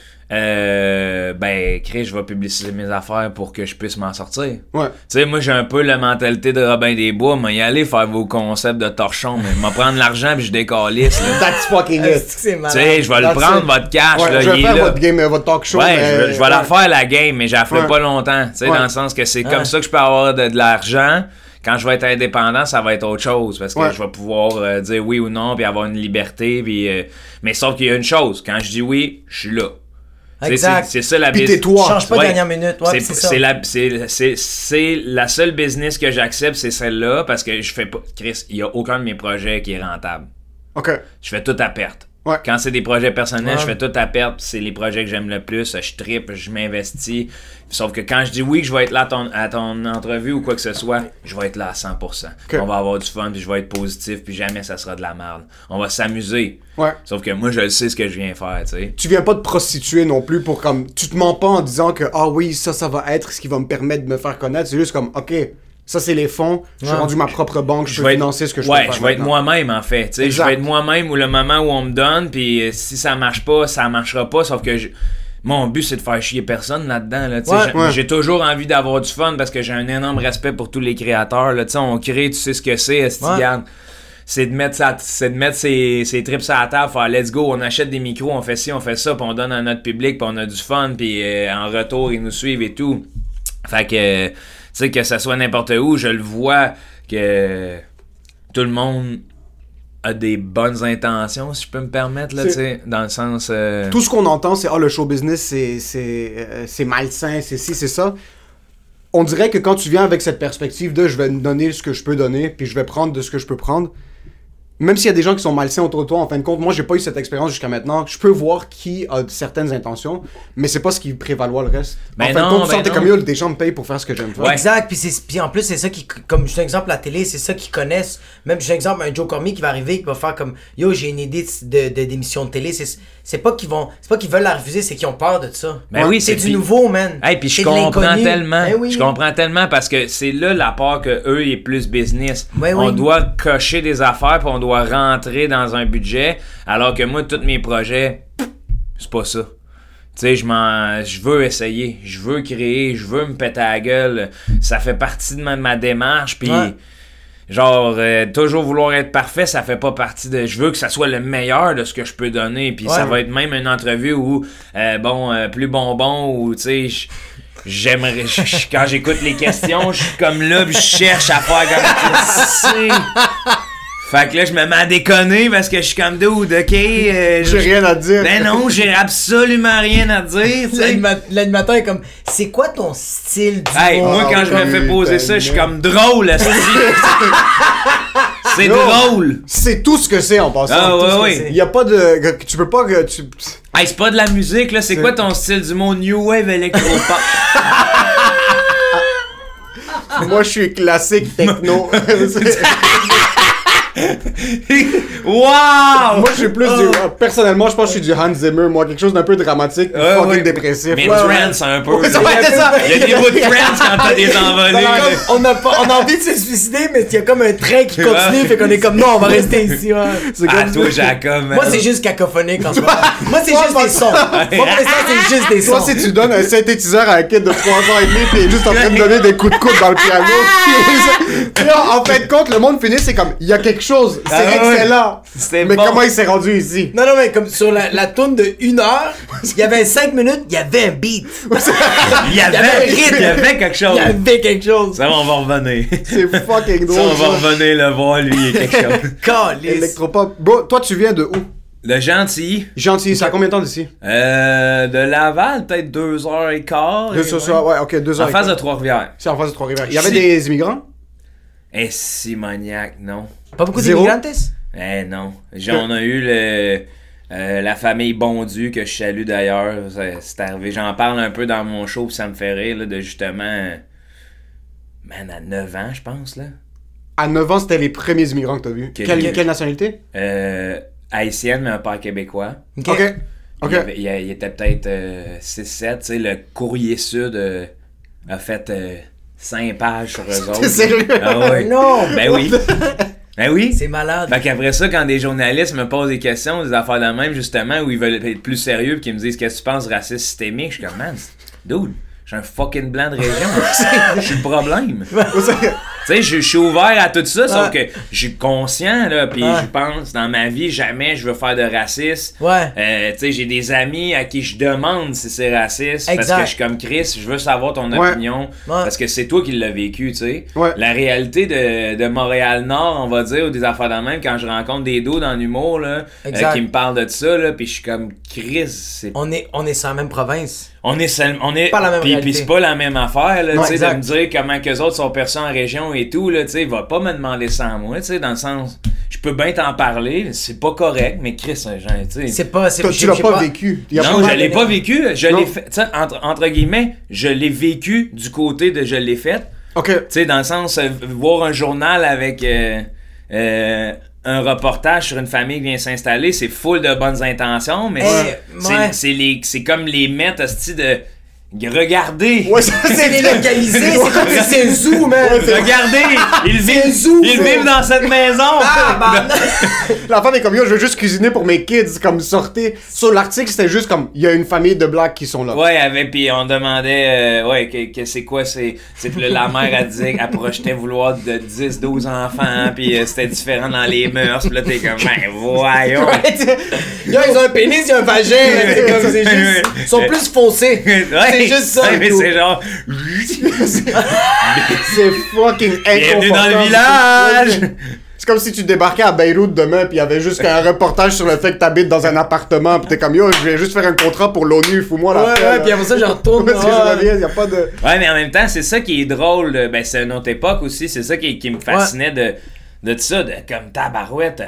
Euh, ben, Chris, je vais publiciser mes affaires pour que je puisse m'en sortir. Ouais. Tu sais, moi, j'ai un peu la mentalité de Robin des Bois, mais y aller faire vos concepts de torchon, mais m'a prendre l'argent puis je décalisse, là. That's fucking Est-ce it. que c'est Tu malade? sais, je vais le That's prendre, it. votre cash, Ouais, là, je vais il est faire là. votre game, euh, votre talk show. Ouais, mais- je vais, je vais la ouais. faire la game, mais je la ferai Ouais. pas longtemps. Tu sais, Ouais. dans le sens que c'est Ouais. comme ça que je peux avoir de, de l'argent. Quand je vais être indépendant, ça va être autre chose. Parce que Ouais. je vais pouvoir euh, dire oui ou non, puis avoir une liberté. Puis, euh, mais sauf qu'il y a une chose. Quand je dis oui, je suis là. Tu sais, Exact. C'est, c'est ça la Puis business. t'es toi. Change pas de Ouais. dernière minute. Ouais, c'est, c'est, c'est, ça. la, c'est, c'est, c'est la seule business que j'accepte, c'est celle-là. Parce que je fais pas. Chris, il y a aucun de mes projets qui est rentable. Ok. Je fais tout à perte. Ouais. Quand c'est des projets personnels, Ouais. je fais tout à perte. C'est les projets que j'aime le plus. Je trippe, je m'investis. Sauf que quand je dis oui que je vais être là à ton, à ton entrevue ou quoi que ce soit, je vais être là à cent pour cent. Okay. On va avoir du fun, puis je vais être positif, puis jamais ça sera de la merde. On va s'amuser. Ouais. Sauf que moi, je le sais ce que je viens faire, tu sais. Tu viens pas te prostituer non plus pour comme. Tu te mens pas en disant que, ah oui, ça, ça va être ce qui va me permettre de me faire connaître. C'est juste comme, ok, ça c'est les fonds, je suis Ouais. rendu ma propre banque, je, Je peux vais être- financer ce que je ouais, peux faire. je vais être maintenant. moi-même en fait. Tu sais, je Exact. vais être moi-même ou le moment où on me donne, puis euh, si ça marche pas, ça marchera pas. Sauf que je- mon but c'est de faire chier personne là-dedans. Là, tu sais. Ouais, j'ai, ouais. j'ai toujours envie d'avoir du fun parce que j'ai un énorme respect pour tous les créateurs. Là, tu sais, on crée, tu sais ce que c'est, esti, Ouais. garde. C'est de mettre sa, c'est de mettre ses, ses trips à la table, faire let's go, on achète des micros, on fait ci, on fait ça, puis on donne à notre public, puis on a du fun, puis euh, en retour ils nous suivent et tout. Fait que, tu sais, que ça soit n'importe où, je le vois que tout le monde a des bonnes intentions, si je peux me permettre, là, C'est- tu sais, dans le sens... euh, Tout ce qu'on entend, c'est, ah, le show business, c'est, c'est, euh, c'est malsain, c'est ci, c'est ça. On dirait que quand tu viens avec cette perspective de je vais donner ce que je peux donner, puis je vais prendre de ce que je peux prendre, même s'il y a des gens qui sont malsains autour de toi, en fin de compte, moi j'ai pas eu cette expérience jusqu'à maintenant. Je peux voir qui a certaines intentions, mais c'est pas ce qui prévaloir le reste. Ben en fin non, de compte, tu ben sors t'es non. comme yo, des gens me payent pour faire ce que j'aime faire. Ouais. Exact, puis, c'est, puis en plus, c'est ça qui, comme je te un exemple, la télé, c'est ça qu'ils connaissent. Même, j'ai un exemple, un Joe Cormier qui va arriver, qui va faire comme yo, j'ai une idée de, de, d'émission de télé. C'est, c'est pas qu'ils vont, c'est pas qu'ils veulent la refuser, c'est qu'ils ont peur de ça. Ben oui, c'est c'est du puis- nouveau, man. Hey, puis je C'est de comprends l'inconnu. tellement. Ben oui. Je comprends tellement parce que c'est là la part que eux est plus business. Ouais, on oui. doit cocher des affaires puis on doit rentrer dans un budget, alors que moi tous mes projets, c'est pas ça. Tu sais, je m'en je veux essayer, je veux créer, je veux me péter la gueule. Ça fait partie de ma, ma démarche puis Ouais. genre euh, toujours vouloir être parfait, ça fait pas partie de je veux que ça soit le meilleur de ce que je peux donner puis Ouais. ça va être même une entrevue où euh, bon euh, plus bonbon ou tu sais je- j'aimerais je- je- quand j'écoute les questions, je suis comme là puis je cherche à faire comme tu sais. Fait que là je me mets à déconner parce que je suis comme dude, OK, euh, J'ai rien à dire. ben non, j'ai absolument rien à dire, tu sais. L'anima- L'animateur est comme, c'est quoi ton style du Hey, moi quand je me oui, fais poser ben, ça, je suis ben. comme drôle, esti. C'est Yo. drôle. C'est tout ce que c'est en passant. Ah, Tout ouais, ce que ouais. c'est. Il y a pas de. que- Tu peux pas que tu. Hey, c'est pas de la musique, là. C'est C'est- quoi ton style du mot New Wave Electropop? Moi, je suis classique techno. C'est- Wow! Moi, je suis plus du. Personnellement, je pense que je suis du Hans Zimmer. Moi, quelque chose d'un peu dramatique, Ouais, fucking ouais. dépressif. Mais Ouais, ouais. trance un peu. Ouais, là. ouais, c'est ça. Il y a des bouts de trance quand t'as des envolées. Non, là. comme, on, a pas, on a envie de se suicider, mais il y a comme un train qui continue, Ouais. fait qu'on est comme non, on va rester ici. Ouais. C'est Ah, comme- toi, Jacob. Moi, c'est juste cacophonique en ce moment. Moi, c'est Toi, juste moi- des sons. Moi, pour l'instant, c'est juste des Toi, sons. si tu donnes un synthétiseur à un kid de trois ans et demi, pis il est juste en train de donner des coups de coude dans le piano. Puis là, en fin de compte, le monde finit, c'est comme, il y a quelque chose, c'est Ah ouais. excellent. C'était Mais bon. comment il s'est rendu ici? Non, non, mais comme sur la, la tourne de une heure, il y avait cinq minutes, il y avait un beat. Il y avait, un rythme. il y avait quelque Il chose. y avait quelque chose. Ça, on va revenir. C'est fucking Ça, on drôle. va ça. revenir le voir, lui, il y a quelque chose. Calice. Electropop. Bro, toi, tu viens de où? Le gentil. Gentil, ça a combien de temps d'ici? Euh, de Laval, peut-être deux heures et quart. Deux et sur ouais. ça, ouais, ok, deux En heures. et face de quart. Trois-Rivières. C'est en face de Trois-Rivières. Il y avait Si. des immigrants? Eh, Simoniac, non. Pas beaucoup Zéro. d'immigrantes? Eh, non. Genre, on a eu le... euh, la famille Bondu, que je salue d'ailleurs. Ça- C'est arrivé. J'en parle un peu dans mon show, puis ça me fait rire, là, de justement... euh, Man, à neuf ans, je pense, là. À neuf ans, c'était les premiers immigrants que t'as vus. Ok. Quelle, Ok. quelle nationalité? Euh, haïtienne, mais un père québécois. Ok. Ok. Ok. Il, avait- il a- il était peut-être euh, six sept, tu sais, le Courrier Sud euh, a fait euh, cinq pages sur eux autres. sérieux? Ah ouais. Non. Ben oui. Ben oui. C'est malade. Fait qu'après ça, quand des journalistes me posent des questions, des affaires de même, justement, où ils veulent être plus sérieux pis qu'ils me disent qu'est-ce que tu penses racisme systémique, je suis comme, man, dude, j'ai un fucking blanc de région. Je suis le problème. Tu sais, je je suis ouvert à tout ça, sauf que je suis conscient, là, pis Ouais. je pense, dans ma vie, jamais je veux faire de racisme. Ouais. Euh, tu sais, j'ai des amis à qui je demande si c'est raciste, parce Exact. que je suis comme Chris, je veux savoir ton Ouais. opinion, Ouais. parce que c'est toi qui l'as vécu, tu sais. Ouais. La réalité de, de Montréal-Nord, on va dire, ou des affaires de même, quand je rencontre des dos dans l'humour, là, euh, Exact. qui me parlent de ça, là, pis je suis comme Chris, c'est... On est, on est sur la même province. On est seul- on est Pas la même puis, réalité. puis c'est pas la même affaire là, Non, tu sais, de exact. me dire comment qu'eux autres sont perçus en région et tout là, tu sais, va pas me demander ça à moi, tu sais, dans le sens je peux bien t'en parler, c'est pas correct, mais Chris, genre, tu sais. C'est pas. c'est- Toi, j'ai- tu l'as j'ai pas vécu. Il y a Non, pas- je l'ai pas vécu, je Non. l'ai fait, tu sais, entre, entre guillemets, je l'ai vécu du côté de je l'ai fait, Ok. tu sais, dans le sens euh, voir un journal avec euh, euh, un reportage sur une famille qui vient s'installer, c'est full de bonnes intentions, mais Eh, c'est, ouais. c'est les c'est comme les mettre hostie de regardez. Ouais, ça, C'est délocalisé, c'est comme si c'est un zoo, man. Regardez, ils C'est un vivent, zoo, ils ça. vivent dans cette maison. Ah, bah, La femme est comme yo, je veux juste cuisiner pour mes kids, comme sortez. Sur l'article, c'était juste comme il y a une famille de blacks qui sont là. Ouais, avec puis on demandait euh, ouais que, que c'est quoi c'est c'est que la mère elle disait qu'elle projetait vouloir de dix douze enfants puis euh, c'était différent dans les mœurs, puis là t'es comme ben voyons. Yo, ils ont un pénis, ils ont un vagin. C'est comme, c'est juste. Ils sont plus foncés. Ouais, C'est juste ça. ouais, mais tout. c'est genre C'est fucking inconfortable. bienvenue dans le village. C'est comme si tu débarquais à Beyrouth demain pis il y avait juste un reportage sur le fait que t'habites dans un appartement pis t'es comme yo, je vais juste faire un contrat pour l'ONU, fous-moi la Ouais, paix, ouais, là. puis après ça, je retourne. Parce que je ah. reviens, y a pas de... Ouais, mais en même temps, c'est ça qui est drôle. de- Ben, c'est une autre époque aussi. C'est ça qui, qui me fascinait de, de ça, de comme tabarouette. Euh,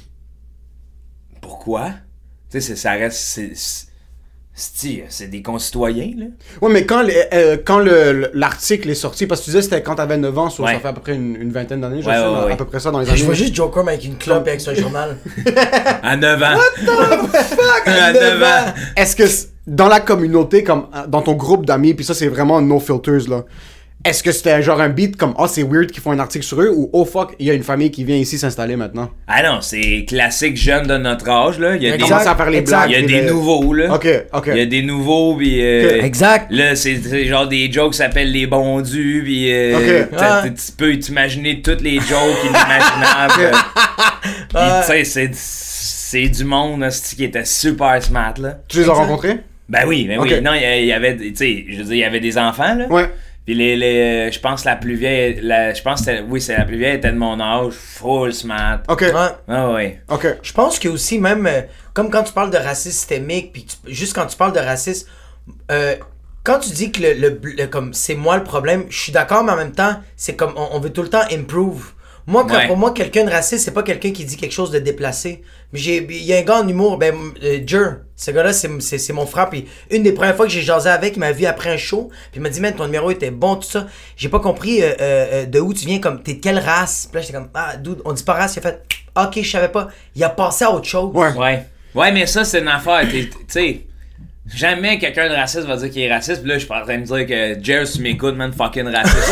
pourquoi? Tu sais, ça reste. C'est, c'est, c'est des concitoyens, là. Ouais, mais quand, les, euh, quand le, l'article est sorti, parce que tu disais que c'était quand t'avais neuf ans, so ouais. ça fait à peu près une, une vingtaine d'années, je ouais, sais, ouais, à ouais. peu près ça dans les années. Je vois juste Joker avec une clope et avec son journal. À neuf ans. What the fuck? À neuf ans. Est-ce que dans la communauté, comme dans ton groupe d'amis, puis ça c'est vraiment no filters là, est-ce que c'était genre un beat comme oh c'est weird qu'ils font un article sur eux ou oh fuck il y a une famille qui vient ici s'installer maintenant? Ah non, c'est classique jeune de notre âge, là. Il y a Ils des, commencent à faire les exact. blagues. il y a puis des le- nouveaux, là. Ok, ok. Il y a des nouveaux, puis euh, Ok. Exact. là, c'est, c'est genre des jokes qui s'appellent les bondus, puis euh, Ok. t'as- Ouais. tu peux t'imaginer toutes les jokes inimaginables. Puis Ouais. tu sais, c'est, c'est du monde hostie, qui était super smart, là. Tu les as Exact. rencontrés? Ben oui, ben Ok. oui. Non, il y a- il y avait, tu sais, je veux dire, il y avait des enfants, là. Ouais. Puis les, les, je pense la plus vieille, la, je pense que c'était, oui, c'est la plus vieille, était de mon âge, full smart. Ok. Ouais. Ah ouais. Ok. Je pense que aussi, même, euh, comme quand tu parles de racisme systémique, puis tu- juste quand tu parles de racisme, euh, quand tu dis que le, le, le- comme c'est moi le problème, je suis d'accord, mais en même temps, c'est comme on, on veut tout le temps improve. Moi, quand, Ouais. pour moi, quelqu'un de raciste, c'est pas quelqu'un qui dit quelque chose de déplacé. Mais j'ai, il y a un gars en humour, ben, euh, Jer, ce gars-là, c'est, c'est, c'est mon frère. Puis une des premières fois que j'ai jasé avec, il m'a vu après un show. Puis il m'a dit, man, ton numéro était bon, tout ça. J'ai pas compris euh, euh, de où tu viens, comme, t'es de quelle race? Puis là, j'étais comme, ah, dude, on dit pas race. Il a fait, ok, je savais pas. Il a passé à autre chose. Ouais. Ouais. Ouais, mais ça, c'est une affaire. Tu sais, jamais quelqu'un de raciste va dire qu'il est raciste. Pis là, je suis pas en train de dire que Jer, tu m'écoutes, man, fucking raciste.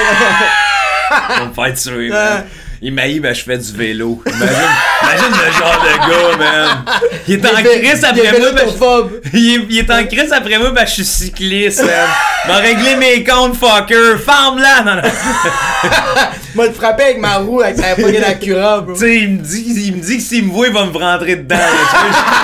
Il va me faire tuer, man. Il m'a dit, ben, je fais du vélo. Imagine, imagine le genre de gars, man. Il est en crise après moi, ben, je- il, est, il est en crise après moi, ben, je suis cycliste, man. M'a réglé mes comptes, fucker. Ferme-la! Non, non. Moi, le frapper avec ma roue, avec sa poignée d'Acura, bro. Tu sais, il me dit, il me dit que s'il me voit, il va me rentrer dedans, là, tu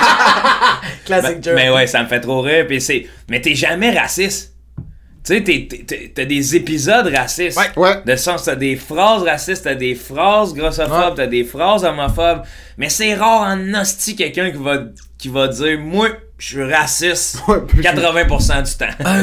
sais. Classic Jer. Mais ouais, ça me fait trop rire. Pis c'est... Mais t'es jamais raciste. Tu sais, t'es, t'es, t'es- t'as des épisodes racistes. Ouais. Ouais. De sens, t'as des phrases racistes, t'as des phrases grossophobes, Ouais. t'as des phrases homophobes. Mais c'est rare en hostie quelqu'un qui va, qui va dire, moi, je suis raciste Ouais, puis je- quatre-vingts pour cent du temps.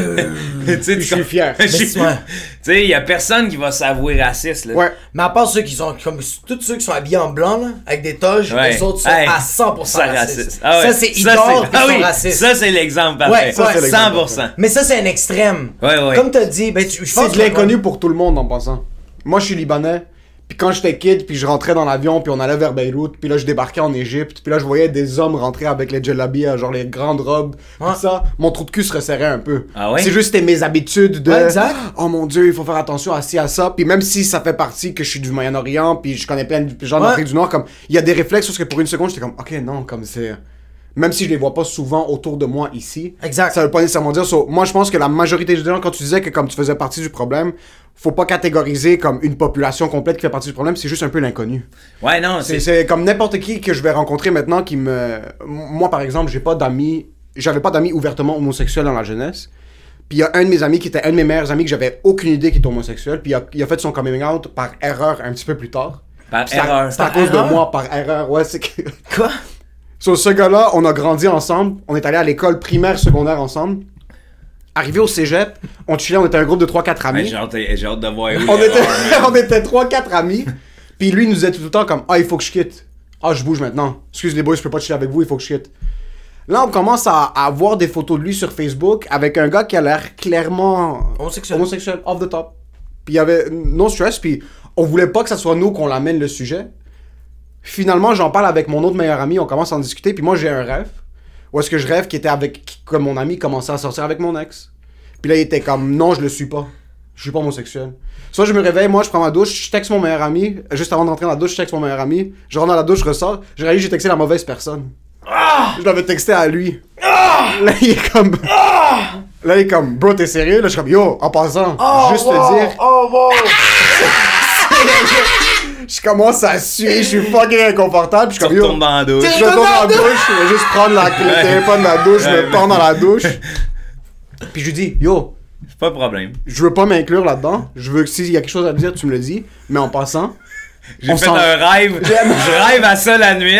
Tu sais, Je suis fier. Je suis- Mais- ouais. Tu sais, y a personne qui va s'avouer raciste, là. Ouais. Mais à part ceux qui sont comme tous ceux qui sont habillés en blanc là, avec des toges, Ouais. les autres sont Hey, à cent pour cent ça racistes. raciste. Ah ouais. Ça c'est Ça, idole, c'est- ils ah sont oui, racistes. ça c'est l'exemple parfait. Ouais, ça, c'est l'exemple cent pour cent. Mais ça c'est un extrême. Ouais, ouais. Comme t'as dit, ben tu, je pense C'est de que- l'inconnu pour tout le monde en passant. Moi, je suis libanais. Puis quand j'étais kid, puis je rentrais dans l'avion, puis on allait vers Beyrouth, puis là je débarquais en Égypte, puis là je voyais des hommes rentrer avec les djellabis, genre les grandes robes, Ouais. puis ça, mon trou de cul se resserrait un peu. Ah ouais? C'est juste c'était mes habitudes de Ouais, exact. oh mon dieu, il faut faire attention à ci à ça, puis même si ça fait partie que je suis du Moyen-Orient, puis je connais plein de gens Ouais. d'Afrique du Nord, comme il y a des réflexes parce que pour une seconde j'étais comme ok non, comme c'est même si je les vois pas souvent autour de moi ici, Exact. ça veut pas nécessairement dire. So, moi, je pense que la majorité des gens, quand tu disais que comme tu faisais partie du problème, faut pas catégoriser comme une population complète qui fait partie du problème, c'est juste un peu l'inconnu. Ouais, non, C'est, c'est... c'est comme n'importe qui que je vais rencontrer maintenant qui me... Moi, par exemple, j'ai pas d'amis... J'avais pas d'amis ouvertement homosexuels dans la jeunesse. Puis il y a un de mes amis qui était un de mes meilleurs amis que j'avais aucune idée qu'il était homosexuel. Puis il a, il a fait son coming out par erreur un petit peu plus tard. Par C'est à- erreur. C'est à Par cause erreur? de moi, par erreur. Ouais, c'est que... Quoi? So, ce gars-là, on a grandi ensemble. On est allé à l'école primaire, secondaire ensemble. Arrivé au cégep, on chillait, on était un groupe de trois quatre amis. Ouais, j'ai, hâte, j'ai hâte de voir où on, il était, va, on était trois quatre amis. Puis lui, il nous disait tout le temps comme « Ah, il faut que je quitte. Ah, je bouge maintenant. Excuse les boys, je peux pas chiller avec vous, il faut que je quitte. » Là, on commence à, à voir des photos de lui sur Facebook avec un gars qui a l'air clairement Homosexuel. homosexuel, off the top. Puis il y avait no stress, puis on voulait pas que ça soit nous qu'on l'amène le sujet. Finalement, j'en parle avec mon autre meilleur ami, on commence à en discuter, puis moi j'ai un rêve. Où est-ce que je rêve qui était avec que mon ami commençait à sortir avec mon ex. Puis là, il était comme non, je le suis pas. Je suis pas homosexuel. Soit je me réveille, moi je prends ma douche, je texte mon meilleur ami, juste avant d'entrer dans la douche, je texte mon meilleur ami, je rentre dans la douche, je ressors, je réalise que j'ai texté la mauvaise personne. Je l'avais texté à lui. Là, il est comme. Là, il est comme, bro, t'es sérieux? Là, je suis comme, yo, en passant, juste te dire. Oh wow! Je commence à suer, je suis fucking inconfortable. Je suis Tu comme, yo. retournes dans la douche. Je retourne dans la douche, je vais juste prendre la, le téléphone de la douche, je me pends dans la douche. Puis je lui dis, yo, Pas de problème. je veux pas m'inclure là-dedans. Je veux que s'il y a quelque chose à dire, tu me le dis. Mais en passant, J'ai On fait s'en- un rêve. Je rêve à ça la nuit.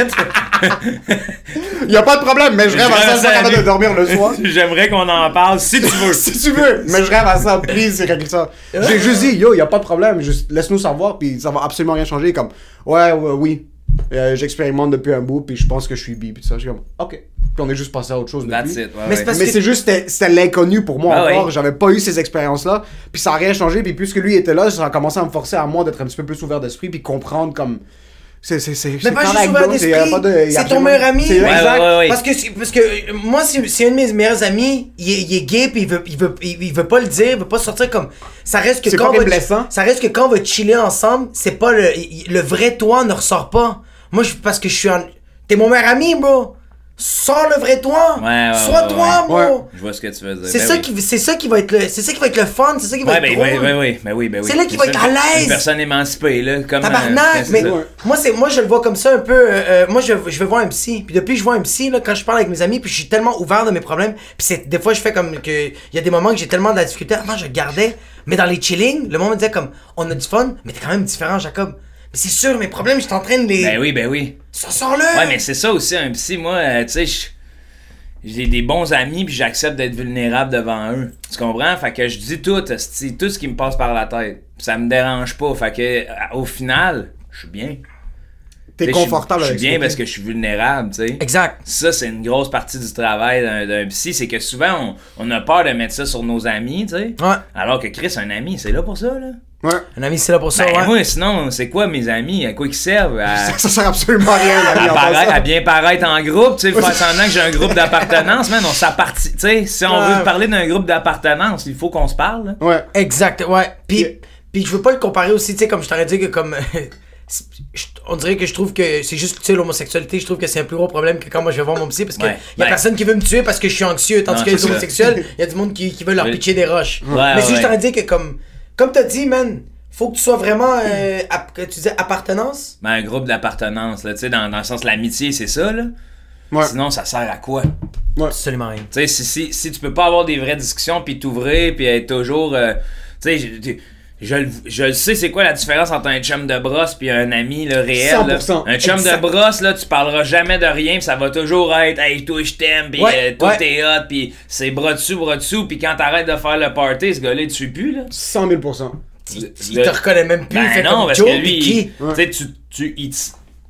Y a pas de problème, mais je rêve à ça, je suis pas capable nuit. de dormir le soir. J'aimerais qu'on en parle si tu veux. Si tu veux, mais je rêve à ça, please, c'est quelque ça. J'ai juste dit, yo, y a pas de problème, juste laisse-nous savoir, puis ça va absolument rien changer. Comme, ouais, ouais oui, euh, j'expérimente depuis un bout, puis je pense que je suis bi, puis tout ça. Je suis comme, ok. Puis on est juste passé à autre chose That's depuis. it. Ouais, Mais ouais. c'est parce Mais que- c'est juste, c'était c'était l'inconnu pour moi Ah encore. oui. J'avais pas eu ces expériences-là, puis ça a rien changé, puis puisque lui était là, ça a commencé à me forcer à moi d'être un petit peu plus ouvert d'esprit, puis comprendre comme. C'est c'est c'est Mais pas juste correct, ouvert donc, d'esprit, y a pas de- y a c'est ton absolument- meilleur ami. C'est Ouais, exact. ouais, ouais. Parce que, c'est- parce que euh, moi, c'est c'est un de mes meilleurs amis, il est, il est gay, puis il veut, il, veut, il, il veut pas le dire, il veut pas sortir comme. Ça reste que C'est quand on fucking va, blessant. ça reste que quand on va chiller ensemble, c'est pas le. il- Le vrai toi ne ressort pas. Moi, je, parce que je suis en. T'es mon meilleur ami, bro. Sors le vrai toi. Ouais, ouais, Sois ouais, toi, ouais. bro. Je vois ce que tu veux dire. C'est Ben ça, oui. qui, c'est ça qui va être le, c'est ça qui va être le fun, c'est ça qui va Ouais, être ben, drôle. oui, ben oui, ben oui, ben oui. C'est là qu'il va être à une- l'aise. Une personne émancipée, là. Comme, euh, Tabarnak, c'est mais ça. moi c'est moi je le vois comme ça un peu. euh, euh, moi je, je vais voir un psy, puis depuis que je vois un psy là, quand je parle avec mes amis, puis je suis tellement ouvert de mes problèmes, puis c'est des fois je fais comme que il y a des moments que j'ai tellement de la difficulté. Avant je gardais, mais dans les chillings, le monde me disait comme on a du fun, mais t'es quand même différent, Jacob. Mais c'est sûr mes problèmes, je suis en train de les. Ben oui, ben oui. Ça sort là. Ouais, mais c'est ça aussi, un psy. Moi, euh, tu sais, je- j'ai des bons amis, puis j'accepte d'être vulnérable devant eux. Tu comprends? Fait que je dis tout, esti, tout ce qui me passe par la tête. Ça me dérange pas. Fait que, à- au final, je suis bien. T'es T'sais, confortable Je avec suis ce bien que parce t'es. que je suis vulnérable, tu sais. Exact. Ça, c'est une grosse partie du travail d'un, d'un psy. C'est que souvent, on, on a peur de mettre ça sur nos amis, tu sais. Ouais. Alors que Chris, un ami, c'est là pour ça, là. Ouais. Un ami c'est là pour ça, Ben, ouais. moi, sinon, c'est quoi mes amis? À quoi ils servent? À, Ça sert absolument à rien, à, l'ami, en paraître- passant. à bien paraître en groupe, tu sais, faire semblant que j'ai un groupe d'appartenance, man, on s'appartit, tu sais, si on Ouais. veut parler d'un groupe d'appartenance, il faut qu'on se parle, là. Ouais. Exact, ouais. Puis, Yeah. puis je veux pas le comparer aussi, tu sais, comme je t'aurais dit que comme. c'est- je- on dirait que je trouve que c'est juste, tu sais, l'homosexualité, je trouve que c'est un plus gros problème que quand moi je vais voir mon psy parce que Ouais. y a Ben. personne qui veut me tuer parce que je suis anxieux, tandis Non, que les c'est ça. homosexuels, y a du monde qui, qui veut leur Oui. pitcher des roches. Ouais, Mais c'est ouais. juste, t'aurais dit que comme. Comme t'as dit, man, faut que tu sois vraiment. Euh, app- que tu disais appartenance. Ben, un groupe d'appartenance, là, tu sais, dans, dans le sens de l'amitié, c'est ça, là. Ouais. Sinon, ça sert à quoi? Absolument rien. Tu sais, si, si, si tu peux pas avoir des vraies discussions, puis t'ouvrir, puis être toujours... euh, tu sais, je, je, je, le- je le sais, c'est quoi la différence entre un chum de brosse puis un ami, là, réel. cent là. pour cent. Un chum Exact. de brosse, là, tu parleras jamais de rien, puis ça va toujours être « Hey, toi, je t'aime, puis Ouais, euh, tout ouais. est hot, puis c'est bras dessus, bras dessous, puis quand t'arrêtes de faire le party, ce gars-là, il te suit plus, là. cent mille pour cent. Il, Le- il te reconnaît même plus, il Ben fait non, comme parce Joe, que lui, puis qui? il- tu sais, tu, tu, il t-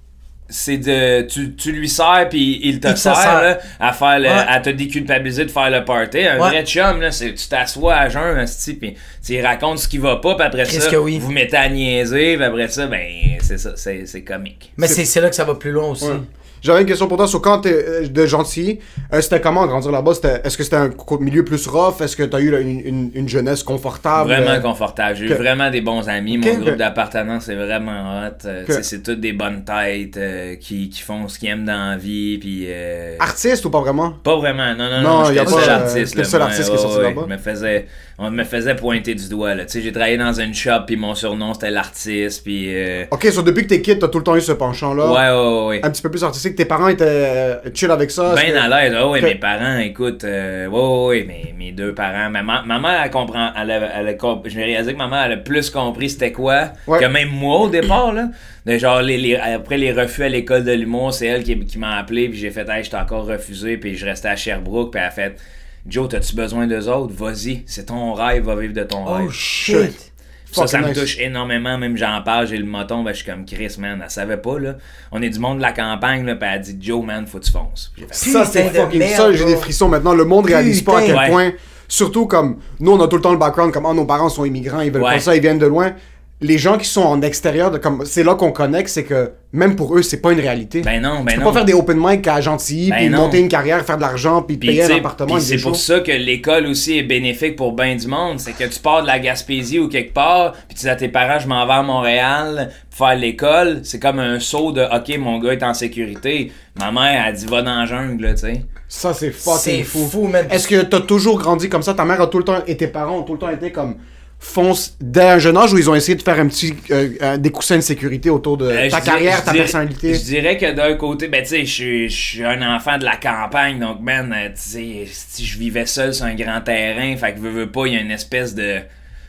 c'est de, tu, tu lui sers puis il te Il te sert, sert. là, à faire le, Ouais. à te déculpabiliser de faire le party. Un Ouais. vrai chum, là, c'est, tu t'assois à jeun, asti, puis tu lui racontes ce qui va pas, puis après Qu'est-ce ça, que oui. vous mettez à niaiser, puis après ça, ben, c'est ça, c'est, c'est comique. Mais c'est c'est là que ça va plus loin aussi. Ouais. J'avais une question pour toi. Sur quand t'es euh, de gentil, euh, c'était comment grandir là-bas? C'était- Est-ce que c'était un co- milieu plus rough? Est-ce que t'as eu là, une, une, une jeunesse confortable? Vraiment Euh, confortable. J'ai eu que- vraiment des bons amis. Ok. Mon groupe d'appartenance c'est vraiment hot. Euh, Que- tu sais, c'est toutes des bonnes têtes euh, qui, qui font ce qu'ils aiment dans la vie. Puis, euh, Artiste ou pas vraiment? Pas vraiment, non, non, Non, non, y a j'étais le pas, seul euh, artiste. t'es le là, seul moi, artiste qui est ouais, sorti ouais, là-bas. je me faisais, on me faisait pointer du doigt, là. Tu sais, j'ai travaillé dans une shop, puis mon surnom, c'était l'artiste, puis... Euh... Ok, so depuis que t'es kid, t'as tout le temps eu ce penchant-là. Ouais, ouais, ouais, ouais. Un petit peu plus artistique. Tes parents étaient euh, chill avec ça? est-ce Ben que- à l'aise, ah ouais, que- mes parents, écoute, euh, ouais, ouais, ouais, mes, mes deux parents, maman, maman, elle comprend, elle a, elle a comp- je me réalisé que maman, elle a plus compris c'était quoi, Ouais. que même moi au départ, là, de genre, les, les, après les refus à l'école de l'humour, c'est elle qui, qui m'a appelé, puis j'ai fait, hey, je t'ai encore refusé, puis je restais à Sherbrooke, puis elle a fait, Joe, t'as-tu besoin d'eux autres? Vas-y, c'est ton rêve, va vivre de ton Oh rêve. shit. Ça, ça me Fucking nice. touche énormément, même j'en parle, j'ai le moton, ben je suis comme Chris, man, elle savait pas, là. On est du monde de la campagne, là, pis elle a dit, Joe, man, faut que tu fonces. Puis j'ai fait, Ça, c'est Putain de fucking merde, ça, j'ai bro. des frissons maintenant. Le monde réalise pas à quel Putain. Ouais. point. Surtout comme nous, on a tout le temps le background, comme ah, nos parents sont immigrants, ils veulent Ouais. pas ça, ils viennent de loin. Les gens qui sont en extérieur, de, comme c'est là qu'on connecte, c'est que même pour eux, c'est pas une réalité. Ben non, ben tu peux non. pas faire des open mic à Gentilly, Ben puis non. monter une carrière, faire de l'argent, puis Puis, payer tu sais, un appartement. puis avec des c'est pour shows. ça que l'école aussi est bénéfique pour ben du monde. C'est que tu pars de la Gaspésie ou quelque part, puis tu dis à tes parents, je m'en vais à Montréal pour faire l'école. C'est comme un saut de, OK, mon gars est en sécurité. Ma mère, elle dit, va dans la jungle, là, tu sais. Ça, c'est fucking C'est fou. fou, man. Est-ce que t'as toujours grandi comme ça? Ta mère a tout le temps, et tes parents ont tout le temps été comme fonce dès un jeune âge où ils ont essayé de faire un petit euh, euh, des coussins de sécurité autour de Euh, ta je carrière, dirais- ta je dirais- personnalité? Je dirais que d'un côté, ben tu sais, je suis- je suis un enfant de la campagne, donc man, euh, tu sais, si je vivais seul sur un grand terrain, fait que veux, veux pas, il y a une espèce de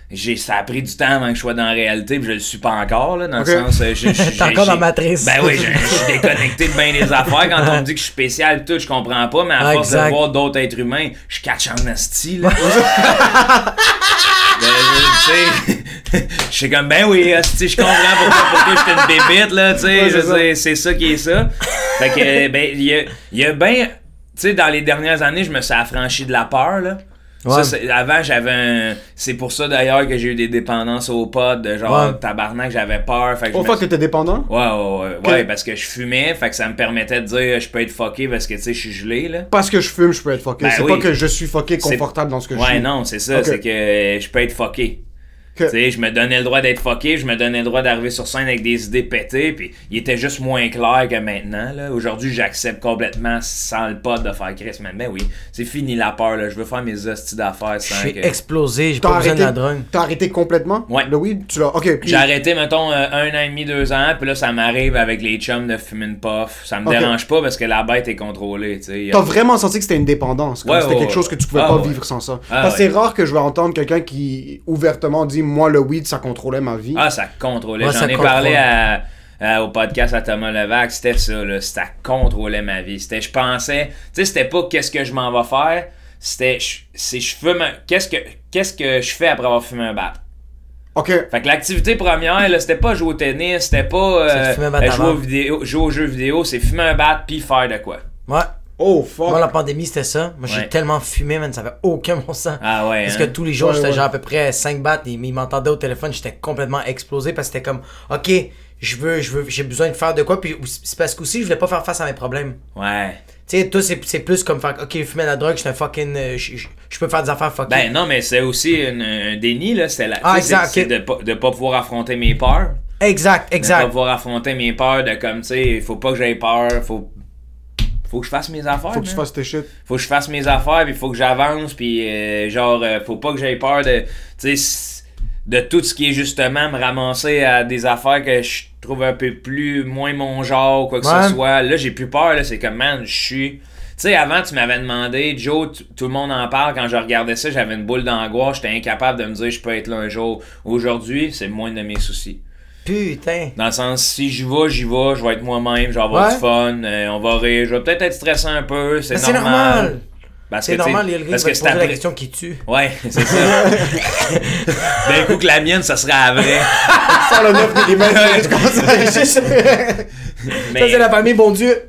j'ai ça a pris du temps avant que je sois dans la réalité, puis je le suis pas encore là, dans okay. le sens euh, je, je, T'es encore dans Matrice. Ben oui, je, je suis déconnecté de bien des affaires. Quand on me dit que je suis spécial, tout, je comprends pas, mais à ah, force exact. de voir d'autres êtres humains, je catch en asti là. ben, tu sais, je suis comme ben oui, asti, je comprends pourquoi pourquoi je suis une bébite là, tu sais, ouais, je c'est, sais, c'est ça qui est ça. Fait que ben il y a, y a ben, tu sais, dans les dernières années, je me suis affranchi de la peur là. Ouais. Ça, avant, j'avais un... C'est pour ça, d'ailleurs, que j'ai eu des dépendances au pod, de genre, ouais. tabarnak, j'avais peur. Fait que Au je fait me... que t'étais dépendant? Ouais, ouais, ouais. Okay. Ouais, parce que je fumais, fait que ça me permettait de dire, je peux être fucké parce que, tu sais, je suis gelé, là. Parce que je fume, je peux être fucké. Ben c'est oui. pas que je suis fucké confortable dans ce que ouais, je suis. Ouais, non, c'est ça. Okay. C'est que je peux être fucké. Okay. Tu sais, je me donnais le droit d'être fucké, je me donnais le droit d'arriver sur scène avec des idées pétées, puis il était juste moins clair que maintenant, là. Aujourd'hui, j'accepte complètement sans le pod de faire Chris, mais ben oui, c'est fini la peur, là. Je veux faire mes hosties d'affaires sans Je suis que... explosé, j'ai T'as pas besoin arrêté, de la drogue. T'as arrêté complètement? Ouais. Le weed, tu l'as. Ok. Puis... J'ai arrêté, mettons, euh, un an et demi, deux ans, puis là, ça m'arrive avec les chums de fumer une puff. Ça me okay. dérange pas parce que la bête est contrôlée, tu sais. T'as vraiment senti que c'était une dépendance, comme ouais, c'était ouais, quelque chose que tu pouvais ah, pas ouais. vivre sans ça. Ah, Parce que ouais. c'est rare que je vais entendre quelqu'un qui ouvertement dit, moi, le weed, ça contrôlait ma vie. Ah, ça contrôlait. Ouais, J'en ça ai contrôle. parlé à, à, au podcast à Thomas Levac, c'était ça, là. Ça contrôlait ma vie. C'était, je pensais, tu sais, c'était pas qu'est-ce que je m'en vais faire, c'était, c'est je fume, un, qu'est-ce que, qu'est-ce que je fais après avoir fumé un bat. Ok. Fait que l'activité première, là, c'était pas jouer au tennis, c'était pas euh, euh, jouer, aux vidéo, jouer aux jeux vidéo, c'est fumer un bat puis faire de quoi. Ouais. Oh, fuck. Moi, la pandémie, c'était ça. Moi, j'ai Ouais. tellement fumé, man, ça avait aucun bon sens. Ah ouais. Parce hein? que tous les jours, Ouais, j'étais ouais. genre à peu près cinq bahts, et ils m'entendaient au téléphone, j'étais complètement explosé parce que c'était comme, ok, je veux, je veux, j'ai besoin de faire de quoi, puis c'est parce qu'aussi, je voulais pas faire face à mes problèmes. Ouais. Tu sais, toi, c'est, c'est plus comme faire, ok, fumer de la drogue, je suis un fucking, euh, je, je, je peux faire des affaires fucking. Ben non, mais c'est aussi une, un déni, là. C'est, la, Ah, tu sais, exact, c'est, ok. c'est de, pas, de pas pouvoir affronter mes peurs. Exact, De pas exact. pouvoir affronter mes peurs, de comme, tu sais, il faut pas que j'aie peur, faut. Faut que je fasse mes affaires. Faut que tu man. fasses tes shit. Faut que je fasse mes affaires, puis faut que j'avance, puis euh, genre, euh, faut pas que j'aie peur de. Tu sais, de tout ce qui est justement me ramasser à des affaires que je trouve un peu plus. moins mon genre, ou quoi que Ouais. ce soit. Là, j'ai plus peur, là, c'est comme, man, je suis. Tu sais, avant, tu m'avais demandé, Joe, t- tout le monde en parle, quand je regardais ça, j'avais une boule d'angoisse, j'étais incapable de me dire, je peux être là un jour. Aujourd'hui, c'est moins de mes soucis. Putain. Dans le sens, si j'y vais, j'y vais, je vais être moi-même, je vais avoir Ouais. du fun, euh, on va rire, je vais peut-être être stressé un peu, c'est Ben, c'est normal. normal. Parce C'est que, tu sais, normal, il y a le gars parce qui va que te c'est poser la après... question qui tue. Ouais, c'est ça. D'un coup que la mienne, ça serait la vraie. Sans le neuf millimètres, tu commences à Ça, Mais, c'est la famille, bon Dieu.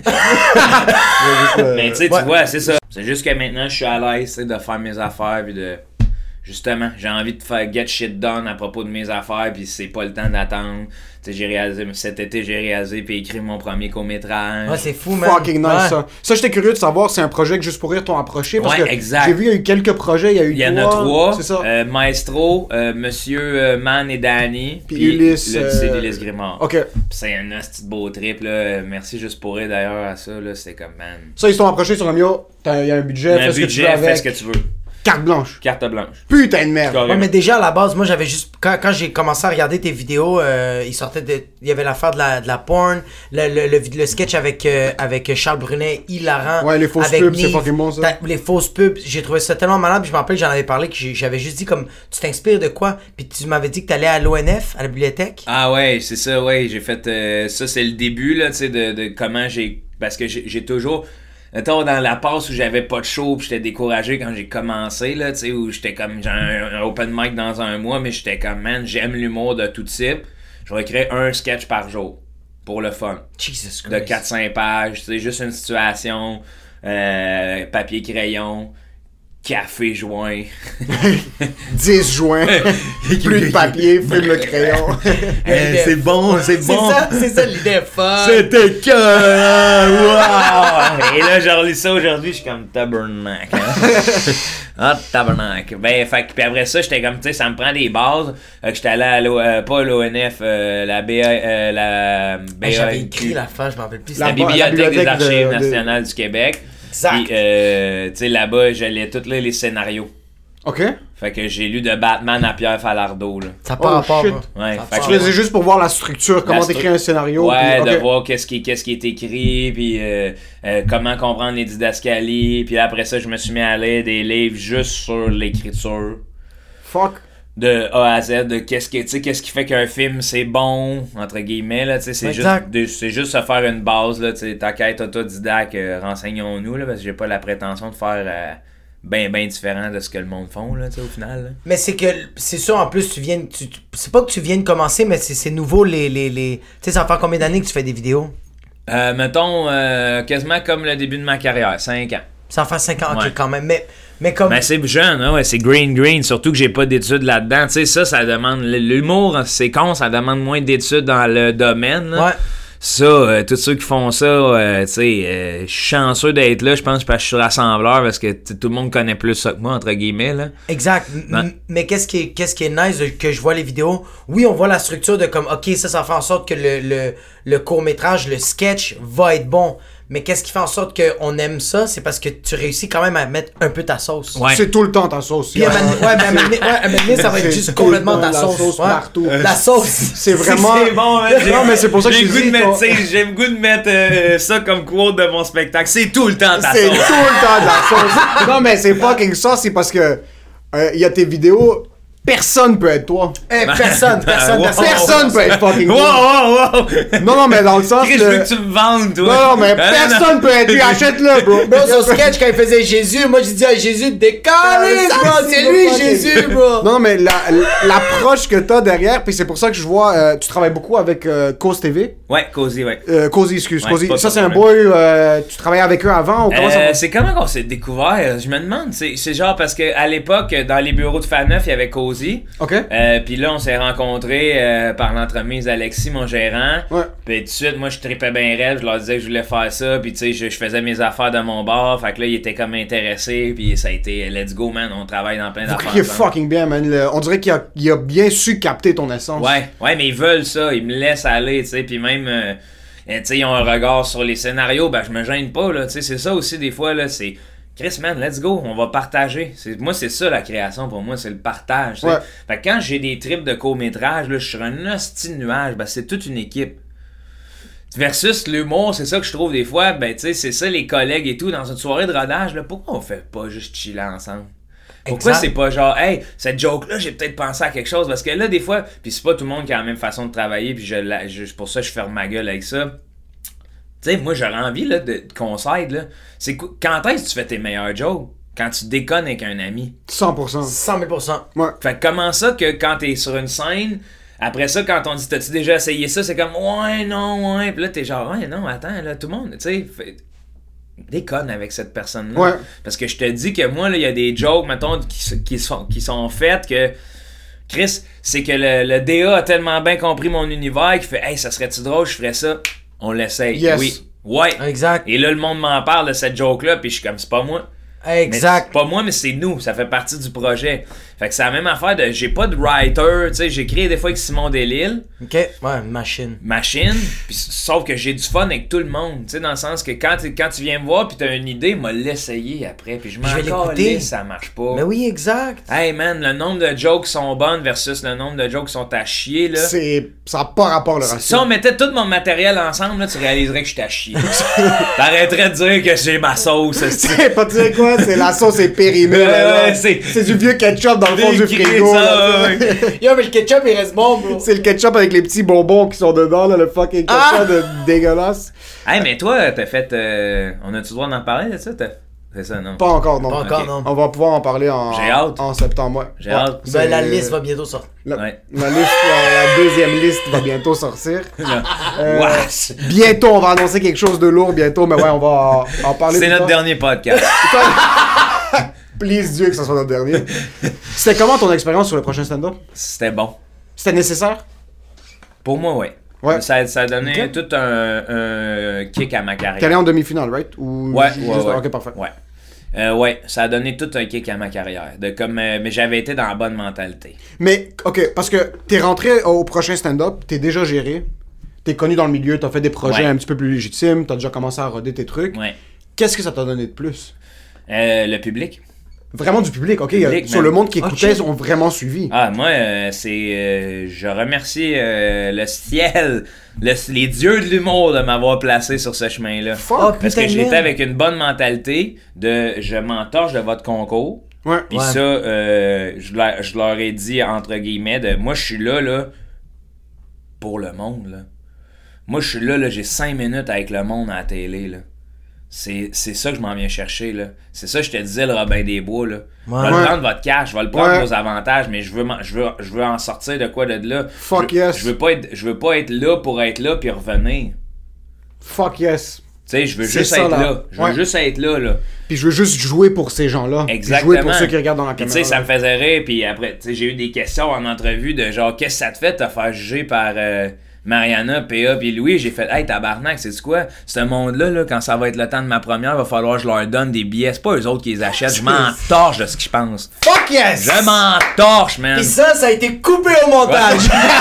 mais tu sais, Ouais. tu vois, c'est ça. C'est juste que maintenant, je suis à l'aise, tu sais, de faire mes affaires, puis de... Justement, j'ai envie de faire get shit done à propos de mes affaires, puis c'est pas le temps d'attendre. Tu sais, j'ai réalisé, cet été, j'ai réalisé puis écrit mon premier court-métrage. Ouais, c'est fou, man. Fucking nice, Ouais. ça. Ça, j'étais curieux de savoir, c'est un projet que Juste pour rire t'ont approché. Parce Ouais, que exact. j'ai vu, il y a eu quelques projets, il y a eu Il y en a trois. trois. C'est ça. Euh, Maestro, euh, Monsieur euh, Man et Danny. Puis Ulysse, L'Odyssée euh, d'Ulysse Grimard. Ok. Puis c'est un petit beau trip, là. Euh, Merci juste pour rire d'ailleurs à ça, là. C'était comme, man. Ça, ils t'ont approché sur le mio. Il y a un budget, Un fais ce que tu budget, veux avec. fais ce que tu veux. Carte blanche. Carte blanche. Putain de merde. Carrément. Ouais, mais déjà à la base, moi j'avais juste. Quand, quand j'ai commencé à regarder tes vidéos, euh, il sortait de. Il y avait l'affaire de la, de la porn, le, le, le, le sketch avec, euh, avec Charles Brunet, hilarant. Ouais, les fausses avec pubs, c'est Nive. fucking bon, ça. T'as- Les fausses pubs, j'ai trouvé ça tellement malade. Puis je me rappelle que j'en avais parlé, que j'ai- j'avais juste dit comme. Tu t'inspires de quoi? Puis tu m'avais dit que t'allais à l'O N F, à la bibliothèque. Ah ouais, c'est ça, ouais. J'ai fait. euh, ça, c'est le début, là, tu sais, de, de comment j'ai. Parce que j'ai j'ai toujours. Mettons, dans la passe où j'avais pas de show, pis j'étais découragé quand j'ai commencé, là, tu sais, où j'étais comme, j'ai un, un open mic dans un mois, mais j'étais comme, man, j'aime l'humour de tout type. Je vais écrire un sketch par jour, pour le fun. Jesus Christ. De quatre cinq pages, tu sais, juste une situation, euh, papier crayon, café joint. dix juin. Plus de papier, fume le crayon. Eh, c'est bon, c'est C'est bon. ça, c'est ça l'idée fun. C'était que wow! Et là, j'ai relu ça aujourd'hui, je suis comme tabernacle. Hein? Ah, tabernacle. Ben, fait que, puis après ça, j'étais comme, tu sais, ça me prend des bases. Euh, que j'étais allé à l'O, euh, pas l'O N F, euh, la B A, euh, la B A Hey, j'avais Q, écrit la fin, je m'en rappelle plus. La la c'était- ba- Bibliothèque, la des bibliothèque Archives de- de- nationales du Québec. Exact. Puis, euh, tu sais, là-bas, j'allais tous là, les scénarios. Ok. Fait que j'ai lu de Batman à Pierre Falardeau, là. Ça n'a pas Oh, rapport. shit. moi. Ouais, Ça a fait pas que Je rapport. faisais juste pour voir la structure, comment La t'écris stru- un scénario. Ouais, puis- de ok. voir qu'est-ce qui, qu'est-ce qui est écrit, puis euh, euh, comment comprendre les didascalies. Puis après ça, je me suis mis à lire des livres juste sur l'écriture. Fuck. de A à Z, de qu'est-ce qui, tu sais, qu'est-ce qui fait qu'un film c'est bon, entre guillemets, là, tu sais, c'est juste, de, c'est juste se faire une base, là, tu sais, ta quête autodidacte, euh, renseignons-nous, là, parce que j'ai pas la prétention de faire euh, ben, ben différent de ce que le monde font, là, tu sais, au final, là. Mais c'est que, c'est sûr, en plus, tu viens, tu, tu- c'est pas que tu viens de commencer, mais c'est, c'est nouveau, les, les, les, tu sais, ça fait combien d'années que tu fais des vidéos? Euh, mettons, euh, quasiment comme le début de ma carrière, cinq ans. Ça en fait cinq ans, ok, Ouais. quand même, mais, mais comme... Ben c'est jeune, hein, ouais, c'est green green, surtout que j'ai pas d'études là-dedans. Tu sais, ça, ça demande. L'humour, c'est con, ça demande moins d'études dans le domaine. Là. Ouais. Ça, euh, tous ceux qui font ça, euh, tu sais, euh, je suis chanceux d'être là, je pense, parce que je suis rassembleur, parce que tout le monde connaît plus ça que moi, entre guillemets, là. Exact. M- Ouais. m- Mais qu'est-ce qui est, qu'est-ce qui est nice de- que je vois les vidéos? Oui, on voit la structure de comme, ok, ça, ça fait en sorte que le, le, le court-métrage, le sketch va être bon. Mais qu'est-ce qui fait en sorte qu'on aime ça? C'est parce que tu réussis quand même à mettre un peu ta sauce. Ouais. C'est tout le temps ta sauce. Puis à un moment donné- ouais, mais à un moment donné- ouais, à un moment donné, ça va être C'est juste tout le complètement temps ta la sauce. sauce ouais. partout. La sauce. C'est vraiment. C'est bon, hein, j'ai- Non, mais c'est pour ça que j'ai je le goût dis, de mettre, toi- tu sais, j'ai le goût de mettre euh, ça comme quote de mon spectacle. C'est tout le temps ta C'est tout sauce. le temps de la sauce. Non, mais c'est fucking ça, c'est parce que euh, il y a tes vidéos, personne peut être toi. Eh, personne, personne, Wow. personne. Personne peut être fucking Wow, toi. wow, wow! Non, non, mais dans le sens. Chris, je le- veux que tu me vendes, toi. Non, non, mais Hein, personne peut être lui. Achète-le, bro. Bro, son sketch, quand il faisait Jésus, moi, j'ai dit à Jésus, décalé, Euh, ça, bro, c'est c'est lui, fucking- Jésus, bro. Non, mais la- l'approche que t'as derrière, puis c'est pour ça que je vois, euh, tu travailles beaucoup avec euh, Cause T V. Ouais, Cozy, ouais. Euh, Cozy, excuse, Ouais, Cozy. c'est pas Ça, ça, c'est un ouais. boy, euh, tu travaillais avec eux avant ou comment ça Euh, va? c'est comment qu'on s'est découvert? Je me demande. C'est, c'est genre parce que à l'époque, dans les bureaux de Faneuf, il y avait Cozy. Ok. Euh, puis là, on s'est rencontrés euh, par l'entremise d'Alexis, mon gérant. Ouais. Puis tout de suite, moi, je tripais bien rêve. Je leur disais que je voulais faire ça. Puis tu sais, je, je faisais mes affaires dans mon bar. Fait que là, ils étaient comme intéressés. Puis ça a été let's go, man. On travaille dans plein Vous d'affaires. criez ensemble. fucking bien, man. Le- on dirait qu'il a, il a bien su capter ton essence. Ouais, ouais, mais ils veulent ça, ils me laissent aller, tu sais, puis même, euh, tu sais, ils ont un regard sur les scénarios, ben je me gêne pas, là, tu sais, c'est ça aussi des fois, là, c'est, Chris, man, let's go, on va partager. C'est, moi, c'est ça la création pour moi, c'est le partage, tu sais. Ouais. Fait que quand j'ai des trips de court-métrage, là, je suis sur un hostie de nuage, ben c'est toute une équipe. Versus l'humour, c'est ça que je trouve des fois, ben tu sais, c'est ça les collègues et tout, dans une soirée de rodage, là, pourquoi on fait pas juste chiller ensemble? Pourquoi Exact. c'est pas genre, hey, cette joke-là, j'ai peut-être pensé à quelque chose, parce que là, des fois, puis c'est pas tout le monde qui a la même façon de travailler, puis je, la- je- pour ça, je ferme ma gueule avec ça. Tu sais, moi, j'aurais envie, là, de, qu'on s'aide, là. C'est qu- quand est-ce que tu fais tes meilleurs jokes? Quand tu déconnes avec un ami. cent pour cent. cent mille pour cent. Ouais. Fait que comment ça que quand t'es sur une scène, après ça, quand on dit t'as-tu déjà essayé ça, c'est comme ouais, non, ouais. Puis là, t'es genre ouais, non, attends, là, tout le monde, tu sais, fait- déconne avec cette personne-là. Ouais. Parce que je te dis que moi, là, il y a des jokes, mettons, qui, s- qui, sont, qui sont faites que. Chris, c'est que le, le D A a tellement bien compris mon univers qu'il fait hey, ça serait-tu drôle, je ferais ça. On l'essaye. Yes. Oui. Ouais. Exact. Et là, le monde m'en parle de cette joke-là, puis je suis comme, c'est pas moi. Exact. Mais c'est pas moi, mais c'est nous. Ça fait partie du projet. Fait que c'est la même affaire de. J'ai pas de writer, tu sais. J'ai créé des fois avec Simon Delille, Ok. Ouais, machine. machine. Pis, sauf que j'ai du fun avec tout le monde. Tu sais, dans le sens que quand, t'es- quand tu viens me voir pis t'as une idée, m'a l'essayer après. Puis je m'en Je vais l'écouter. calisse, ça marche pas. Mais oui, exact. Hey man, le nombre de jokes qui sont bonnes versus le nombre de jokes qui sont à chier, là. C'est. Ça n'a pas rapport le Si ratio. on mettait tout mon matériel ensemble, là, tu réaliserais que je suis à chier. T'arrêterais de dire que j'ai ma sauce. esti. C'est pas, tu sais quoi, c'est la sauce est périmée. Ouais, là, ouais, là. c'est- C'est du vieux ketchup dans le fond du Écris frigo. ça, là, ouais, tu sais. ouais. Yo, mais le ketchup, il reste bon, bro. C'est le ketchup avec les petits bonbons qui sont dedans, là, le fucking ketchup Ah! de dégueulasse. Hey, mais toi, t'as fait. euh, On a-tu le droit d'en parler de ça? T'as- C'est ça, non? Pas encore, non. Pas encore, ok. non. On va pouvoir en parler en, J'ai hâte. en septembre, ouais. J'ai Ouais. hâte. C'est- Ben, la liste va bientôt sortir. La, Ouais. la liste, la, la deuxième liste va bientôt sortir. Euh, Wesh. Bientôt, on va annoncer quelque chose de lourd bientôt, mais ouais, on va en, en parler. C'est plus notre tard. dernier podcast. Please Dieu que ce soit notre dernier. C'était comment ton expérience sur le prochain stand-up? C'était bon. C'était nécessaire? Pour moi, ouais. Ouais. Ça, ça a donné Ok. tout un, un kick à ma T'es allé carrière. en demi-finale, right? Ou Ouais, juste- ouais, ouais. Ok, parfait. Ouais. Euh, ouais, ça a donné tout un kick à ma carrière. De comme, euh, mais j'avais été dans la bonne mentalité. Mais, ok, parce que t'es rentré au prochain stand-up, t'es déjà géré, t'es connu dans le milieu, t'as fait des projets Ouais. un petit peu plus légitimes, t'as déjà commencé à roder tes trucs. Ouais. Qu'est-ce que ça t'a donné de plus? Euh, le public. Vraiment du public, ok? Public, sur man. le monde qui Ok. écoutait, ont vraiment suivi. Ah, moi, euh, c'est. euh, je remercie euh, le ciel, le- les dieux de l'humour de m'avoir placé sur ce chemin-là. Fuck! Oh, Parce putain que de j'étais merde. avec une bonne mentalité de je m'entorche de votre concours. Ouais. Puis Ouais. ça, euh, je, leur, je leur ai dit, entre guillemets, de, moi, je suis là, là, pour le monde, là. Moi, je suis là, là, j'ai cinq minutes avec le monde à la télé, là. C'est, c'est ça que je m'en viens chercher, là. C'est ça que je te disais, le Robin des Bois, là. Ouais. Je vais Ouais. le prendre votre cash, je vais le prendre Ouais. vos avantages, mais je veux, m'en- je veux, je veux en sortir de quoi de là. Fuck je, yes. Je veux pas être, je veux pas être là pour être là puis revenir. Fuck yes. Tu sais, je veux C'est juste ça, être là. là. Je veux Ouais. juste être là, là. Puis je veux juste jouer pour ces gens-là. Puis Exactement. jouer pour ceux qui regardent dans la Puis tu caméra. sais, ça me faisait rire, puis après, tu sais, j'ai eu des questions en entrevue de genre, qu'est-ce que ça te fait de te faire juger par euh, Mariana, P A puis Louis? J'ai fait, hey, tabarnak, c'est quoi? Ce monde-là, là, quand ça va être le temps de ma première, il va falloir que je leur donne des billets. C'est pas eux autres qui les achètent. Je m'en torche de ce qu'ils pensent. Fuck yes! Je m'en torche, man. Pis ça, ça a été coupé au montage.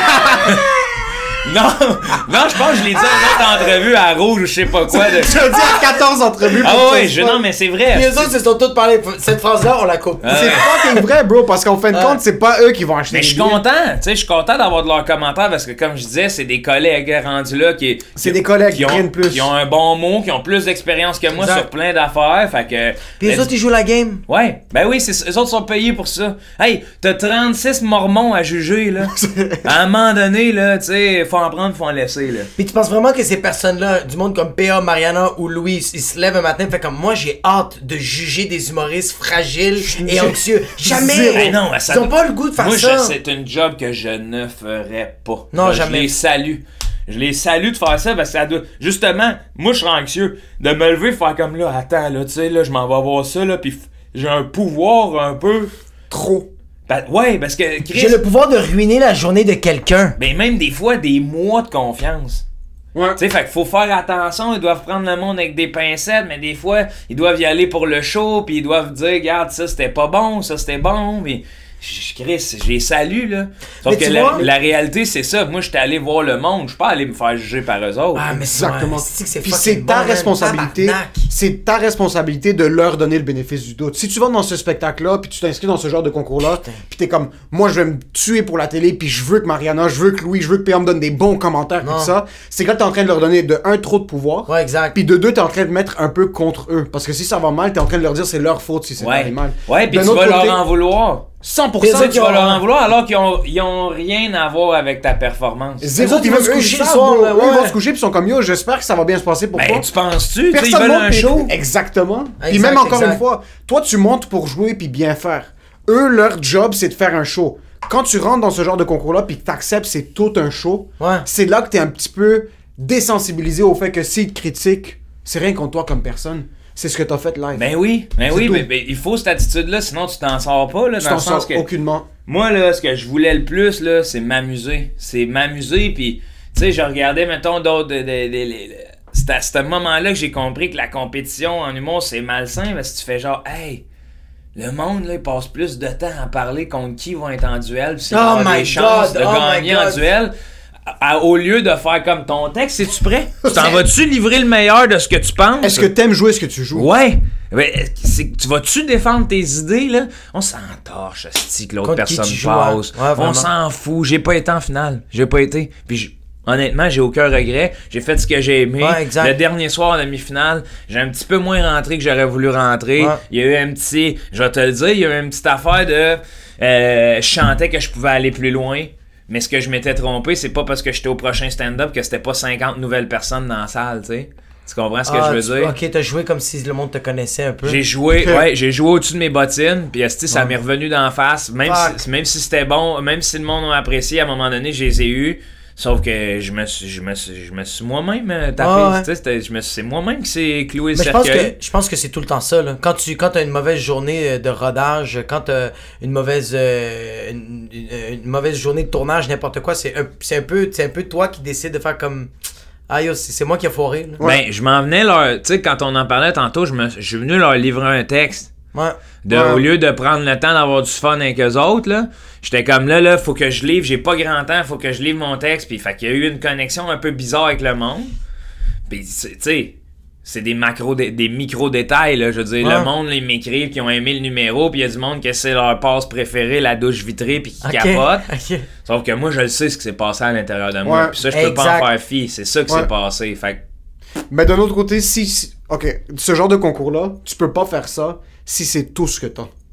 Non, non, je pense que je l'ai dit dans une autre entrevue à Rouge ou je sais pas quoi. De... Tu as dit à quatorze entrevues pour Ah que ouais, ça je, soit- non, mais c'est Pis vrai. les autres se sont tous parlé. Cette phrase-là, on la coupe. C'est fucking vrai, bro, parce qu'en fin de compte, c'est pas eux qui vont acheter Mais je les suis billets. content, tu sais, je suis content d'avoir de leurs commentaires parce que comme je disais, c'est des collègues rendus là qui C'est qui- des collègues qui qui ont, prennent plus. qui ont un bon mot, qui ont plus d'expérience que moi Exact. sur plein d'affaires, fait que Pis les ben, autres, ils jouent la game. ouais, ben oui, c'est eux autres sont payés pour ça. Hey, t'as trente-six mormons à juger là. À un moment donné là, tu sais, faut en prendre, faut en laisser là. Pis tu penses vraiment que ces personnes-là, du monde comme P A, Mariana ou Louis, ils se lèvent un matin et fait comme moi, j'ai hâte de juger des humoristes fragiles et anxieux. Jamais! Ben non, ça- Ils ont pas le goût de faire Moi, ça. je- c'est une job que je ne ferais pas. Non, je, jamais. Je les salue. Je les salue de faire ça parce que ça doit... Justement, moi, je serais anxieux de me lever et faire comme là, attends, là, tu sais, là, je m'en vais voir ça, là, pis f- j'ai un pouvoir un peu... Trop. Ben, ouais, parce que, Chris... J'ai le pouvoir de ruiner la journée de quelqu'un. Ben, même des fois, des mois de confiance. Ouais. Tu sais, fait qu'il faut faire attention, ils doivent prendre le monde avec des pincettes, mais des fois, ils doivent y aller pour le show, puis ils doivent dire, regarde, ça c'était pas bon, ça c'était bon, mais je Chris, je les salue, là. Sauf Mais que tu la, vois- la réalité, c'est ça. Moi, j'étais allé voir le monde, je suis pas allé me faire juger par eux autres. Ah, mais c'est Exactement. ouais, c'est que c'est Puis fucking c'est ta bon, man. responsabilité. Tabarnak. C'est ta responsabilité de leur donner le bénéfice du doute. Si tu vas dans ce spectacle-là, puis tu t'inscris dans ce genre de concours-là, puis t'es comme, moi, je vais me tuer pour la télé, puis je veux que Mariana, je veux que Louis, je veux que P A me donne des bons commentaires, puis Non. tout ça, c'est que là, t'es en train de leur donner de un, trop de pouvoir. Ouais, exact. Puis de deux, t'es en train de mettre un peu contre eux. Parce que si ça va mal, t'es en train de leur dire c'est leur faute si c'est ouais. allé mal. Ouais, puis D'un tu autre vas côté, leur en vouloir. cent pour Tu cent sais, tu vas ont- leur en vouloir alors qu'ils ont, ils ont rien à voir avec ta performance. Zéro, Les autres, puis ils même vont se eux, ils coucher le savent, soir, bro. là, Eux, ils ouais. vont se coucher puis ils sont comme yo, j'espère que ça va bien se passer pour toi. Ben, tu penses-tu? Tu sais, ils Personne veulent monte, un puis- show. Exactement. Puis Exact, même encore exact. une fois, toi tu montes pour jouer puis bien faire. Eux, leur job, c'est de faire un show. Quand tu rentres dans ce genre de concours-là puis que t'acceptes c'est tout un show, Ouais. c'est là que t'es un petit peu désensibilisé au fait que s'ils te critiquent, c'est rien contre toi comme personne. C'est ce que t'as fait live. Ben oui, ben C'est oui, tout. ben, ben, il faut cette attitude-là, sinon tu t'en sors pas, là, tu dans t'en le sens sors que... aucunement. Moi, là, ce que je voulais le plus, là, c'est m'amuser. C'est m'amuser, puis, tu sais, je regardais, mettons, d'autres... De, de, de- de- de- c'est à ce moment-là que j'ai compris que la compétition en humour, c'est malsain, parce que tu fais genre, hey, le monde, là, il passe plus de temps à parler contre qui va être en duel, puis c'est Oh avoir my des chances God, de oh my gagner en God. duel, à- à- au lieu de faire comme ton texte. Es-tu prêt? Tu t'en vas-tu livrer le meilleur de ce que tu penses? Est-ce que t'aimes jouer ce que tu joues? Ouais! Ben, c'est- tu vas-tu défendre tes idées, là? On s'en torche, asti, que l'autre Contre qui personne tu joues, passe. ouais. Ouais, vraiment. On s'en fout. J'ai pas été en finale. J'ai pas été. Puis, j- honnêtement, j'ai aucun regret. J'ai fait ce que j'ai aimé. Ouais, exact. Le dernier soir en demi-finale, j'ai un petit peu moins rentré que j'aurais voulu rentrer. Ouais. Il y a eu un petit... Je vais te le dire, il y a eu une petite affaire de... Euh, je chantais que je pouvais aller plus loin. Mais ce que je m'étais trompé, c'est pas parce que j'étais au prochain stand-up que c'était pas cinquante nouvelles personnes dans la salle, tu sais. Tu comprends ce que Ah, je veux tu- dire? Ok, t'as joué comme si le monde te connaissait un peu. J'ai joué, Ok. ouais, j'ai joué au-dessus de mes bottines, puis esti, ça Ouais. m'est revenu d'en face. Même Fuck. si, même si c'était bon, même si le monde a apprécié, à un moment donné, je les ai eus. Sauf que je me suis, je me suis, je me suis moi-même euh, tapé. Ah ouais. Tu sais, c'était- je me suis- c'est moi-même qui s'est cloué le Mais je pense cercueil. que je pense que c'est tout le temps ça là. Quand tu quand t'as une mauvaise journée euh, de rodage, quand t'as une mauvaise euh, une, une- une mauvaise journée de tournage, n'importe quoi, c'est un c'est un peu c'est un peu toi qui décide de faire comme ah yo, c'est c'est moi qui ai foiré là. Ben, je m'en venais leur, tu sais, quand on en parlait tantôt, je me, je suis venu leur livrer un texte. Ouais. De, Ouais. Au lieu de prendre le temps d'avoir du fun avec eux autres, là, j'étais comme là, là, faut que je livre, j'ai pas grand temps, faut que je livre mon texte, puis fait qu'il y a eu une connexion un peu bizarre avec le monde. Puis, tu sais, c'est des macros, des, des micro-détails, là, je veux dire, Ouais. le monde, là, ils m'écrivent, qui ont aimé le numéro, puis il y a du monde que c'est leur passe préférée, la douche vitrée, puis qui Ok. capote. Ok. Sauf que moi, je le sais ce qui s'est passé à l'intérieur de moi, Ouais. puis ça, je peux pas Exact. en faire fi, c'est ça qui Ouais. s'est passé, fait que Mais d'un autre côté, si, si- ok, ce genre de concours-là, tu peux pas faire ça si c'est tout ce que t'as.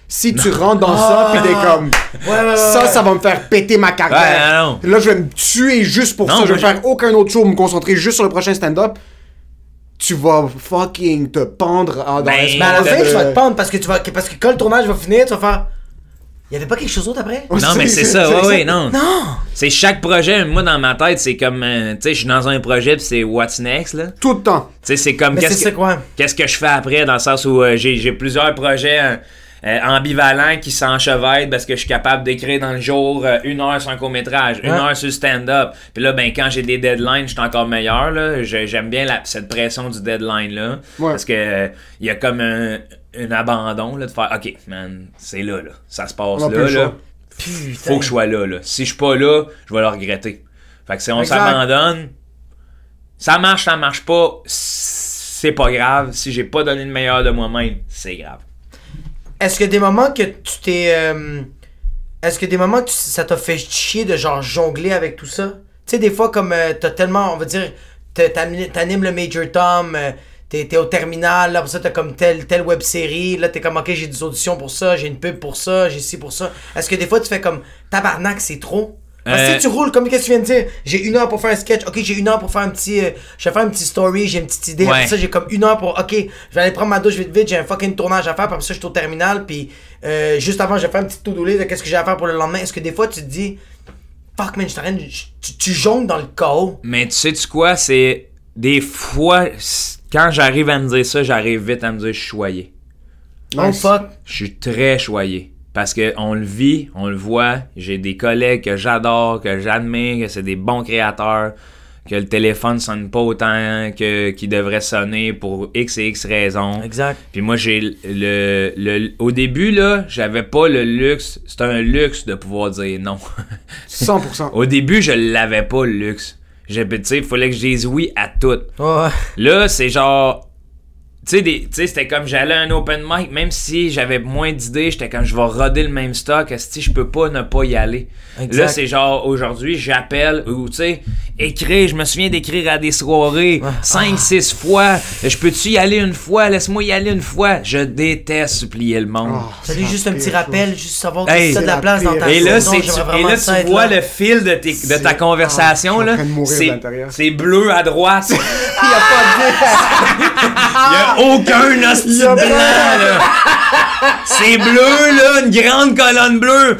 Si tu rentres dans ça, pis t'es comme, Ouais, ouais, ouais, ça, ouais. ça va me faire péter ma carrière. Ouais, non. Là, je vais me tuer juste pour Non, ça. Je vais moi, faire aucun autre show, me concentrer juste sur le prochain stand-up. Tu vas fucking te pendre en- dans Ben, l'espace Mais à la fin, de- tu vas te pendre parce que, tu vas, parce que quand le tournage va finir, tu vas faire. Y avait pas quelque chose d'autre après? Ouais, Non, mais c'est ça, c'est ouais, ouais, non. Non! C'est chaque projet, moi dans ma tête, c'est comme, euh, tu sais, je suis dans un projet pis c'est what's next, là. Tu Tout le temps. sais, c'est comme, Mais qu'est-ce c'est ça que, quoi? qu'est-ce que je fais après, dans le sens où euh, j'ai, j'ai plusieurs projets euh, euh, ambivalents qui s'enchevêtrent parce que je suis capable d'écrire dans le jour euh, une heure sur un court-métrage, une Ouais. heure sur le stand-up. Puis là, ben, quand j'ai des deadlines, je suis encore meilleur, là. Je- j'aime bien la- cette pression du deadline-là. Ouais. Parce que euh, y a comme un, un abandon, là, de faire, OK, man, c'est là, là. Ça se passe On a plus là, le là. choix. Putain. Faut que je sois là, là. Si je suis pas là, je vais le regretter. Fait que si on Exact. s'abandonne, ça marche, ça marche pas, c'est pas grave. Si j'ai pas donné le meilleur de moi-même, c'est grave. Est-ce que des moments que tu t'es. euh, Est-ce que des moments que tu- ça t'a fait chier de genre jongler avec tout ça? Tu sais, des fois, comme euh, t'as tellement, on va dire, t'as- t'animes t'animes le Major Tom, euh, t'es t'es au terminal, là, pour ça, t'as comme telle, telle web série, là, t'es comme, ok, j'ai des auditions pour ça, j'ai une pub pour ça, j'ai ci pour ça. Est-ce que des fois, tu fais comme, tabarnak, c'est trop? Parce que Euh, si tu roules, comme qu'est-ce que tu viens de dire, j'ai une heure pour faire un sketch, ok, j'ai une heure pour faire un petit, euh, je vais faire un petit story, j'ai une petite idée, Ouais. après ça, j'ai comme une heure pour, ok, je vais aller prendre ma douche vite vite, j'ai un fucking tournage à faire, puis après ça, je suis au terminal, puis euh, juste avant, je vais faire une petite to-do list de qu'est-ce que j'ai à faire pour le lendemain. Est-ce que des fois, tu te dis, fuck man, je t'arrête, tu, tu jongles dans le chaos. Mais tu sais-tu quoi? C'est des fois, c- quand j'arrive à me dire ça, j'arrive vite à me dire je suis choyé. Oh Nice. fuck. Je suis très choyé. Parce que on le vit, on le voit. J'ai des collègues que j'adore, que j'admire, que c'est des bons créateurs, que le téléphone sonne pas autant que qu'il devrait sonner pour X et X raisons. Exact. Puis moi, j'ai le, le... Au début, là, j'avais pas le luxe. C'est un luxe de pouvoir dire non. cent pour cent. Au début, je l'avais pas, le luxe. J'ai, tu sais, il fallait que je dise oui à tout. Ouais. Là, c'est genre... Tu sais, des- tu sais, c'était comme j'allais à un open mic, même si j'avais moins d'idées, j'étais comme je vais roder le même stock, si je peux pas ne pas y aller. Exact. Là, c'est genre aujourd'hui, j'appelle, ou tu sais, écrire, je me souviens d'écrire à des soirées cinq six fois. Je peux-tu y aller une fois? Laisse-moi y aller une fois. Je déteste supplier le monde. Oh, Salut, c'est juste la un petit pire rappel, chose. juste savoir Hey, que t'as de c'est la la place dans pire ta Et là, saison, c'est, j'aimerais tu, et vraiment là, ça tu être vois là. le fil de, tes, de ta C'est- conversation, Ah, je suis en là. train de mourir de C'est, l'intérieur. c'est bleu à droite. Il y a pas Il y a aucun hostie Il y a blanc, là. C'est bleu, là, une grande colonne bleue.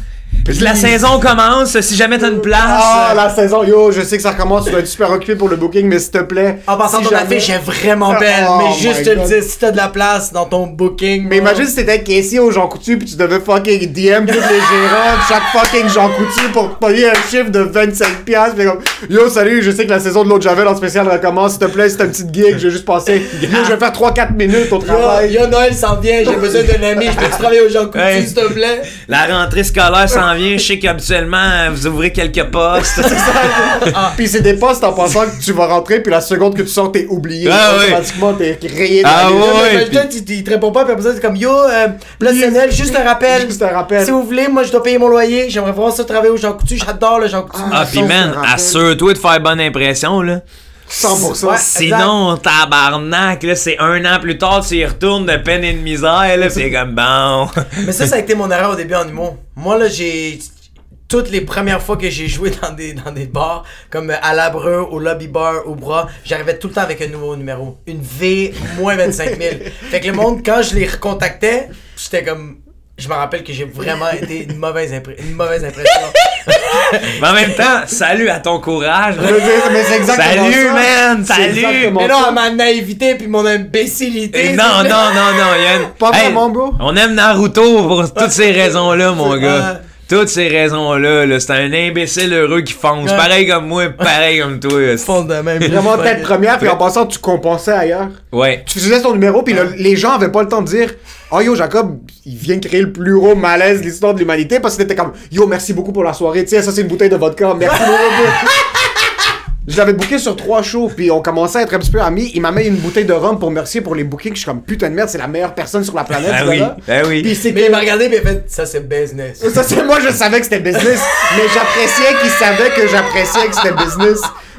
La saison commence, si jamais t'as une place. Ah, la saison, yo, je sais que ça recommence, tu dois être super occupé pour le booking, mais s'il te plaît. En passant, si ton jamais- affiche est vraiment belle, Oh mais my juste te le God. dire, si t'as de la place dans ton booking. Mais moi- imagine si t'étais caissier au Jean Coutu puis tu devais fucking D M tous les gérants de chaque fucking Jean Coutu pour payer un chiffre de vingt-cinq piastres. Puis comme, yo, salut, je sais que la saison de l'autre Javel en spécial recommence, s'il te plaît, c'est un petit gig, je vais juste passer. Yo, je vais faire trois quatre minutes au Yo, travail. yo, Noël s'en vient, j'ai besoin d'un ami, je peux te travailler au Jean Coutu, Ouais. s'il te plaît. La rentrée scolaire s'en vient. Je sais qu'habituellement, euh, vous ouvrez quelques postes. Puis c'est des postes en pensant que tu vas rentrer, puis la seconde que tu sors, t'es oublié. Ah ouais. Automatiquement, t'es rayé dans Ah la liste. ouais. Mais imagine, tu- tu- il te répond pas, puis après ça, c'est comme yo, euh, là, c'est Noël, juste un rappel. Juste un rappel. Si vous voulez, moi, je dois payer mon loyer, j'aimerais vraiment ça travailler au Jean Coutu, j'adore le Jean Coutu. Ah, ça, pis je man, me rappelle. assure-toi de faire bonne impression, là. cent pour cent. Ouais. Sinon, tabarnak, là, c'est un an plus tard, tu y retournes de peine et de misère, là, pis c'est comme bon. Mais ça, ça a été mon erreur au début en humour. Moi, là, j'ai. Toutes les premières fois que j'ai joué dans des, dans des bars, comme à l'Abreu, au Lobby Bar, au Bras, j'arrivais tout le temps avec un nouveau numéro. Une V moins vingt-cinq mille. Fait que le monde, quand je les recontactais, j'étais comme. Je me rappelle que j'ai vraiment été une mauvaise, impré- une mauvaise impression. Mais en même temps, salut à ton courage, Je là. veux dire, mais c'est exactement Salut, ça. man, C'est salut. exactement Mais non, ça. à ma naïveté puis mon imbécilité. Eh, Non, non, non, non, Yann. Pas vraiment, bro. On aime Naruto pour toutes ces raisons-là, mon C'est- gars. Toutes ces raisons-là, là, c'est un imbécile heureux qui fonce. Ouais. Pareil comme moi, pareil comme toi. esti. Fond de même. Vraiment tête première, puis en passant, tu compensais ailleurs. Ouais. Tu faisais ton numéro, puis le- les gens avaient pas le temps de dire oh yo, Jacob, il vient créer le plus gros malaise de l'histoire de l'humanité parce que t'étais comme yo, merci beaucoup pour la soirée, tiens, ça c'est une bouteille de vodka, merci beaucoup. Je l'avais booké sur trois shows, puis on commençait à être un petit peu amis. Il m'a mis une bouteille de rhum pour remercier pour les bookings. Je suis comme putain de merde, c'est la meilleure personne sur la planète. Ah ce oui, gars-là. ah oui. Puis c'est Mais il m'a regardé et il a fait ça, c'est business. Ça, c'est moi, je savais que c'était business, mais j'appréciais qu'il savait que j'appréciais que c'était business.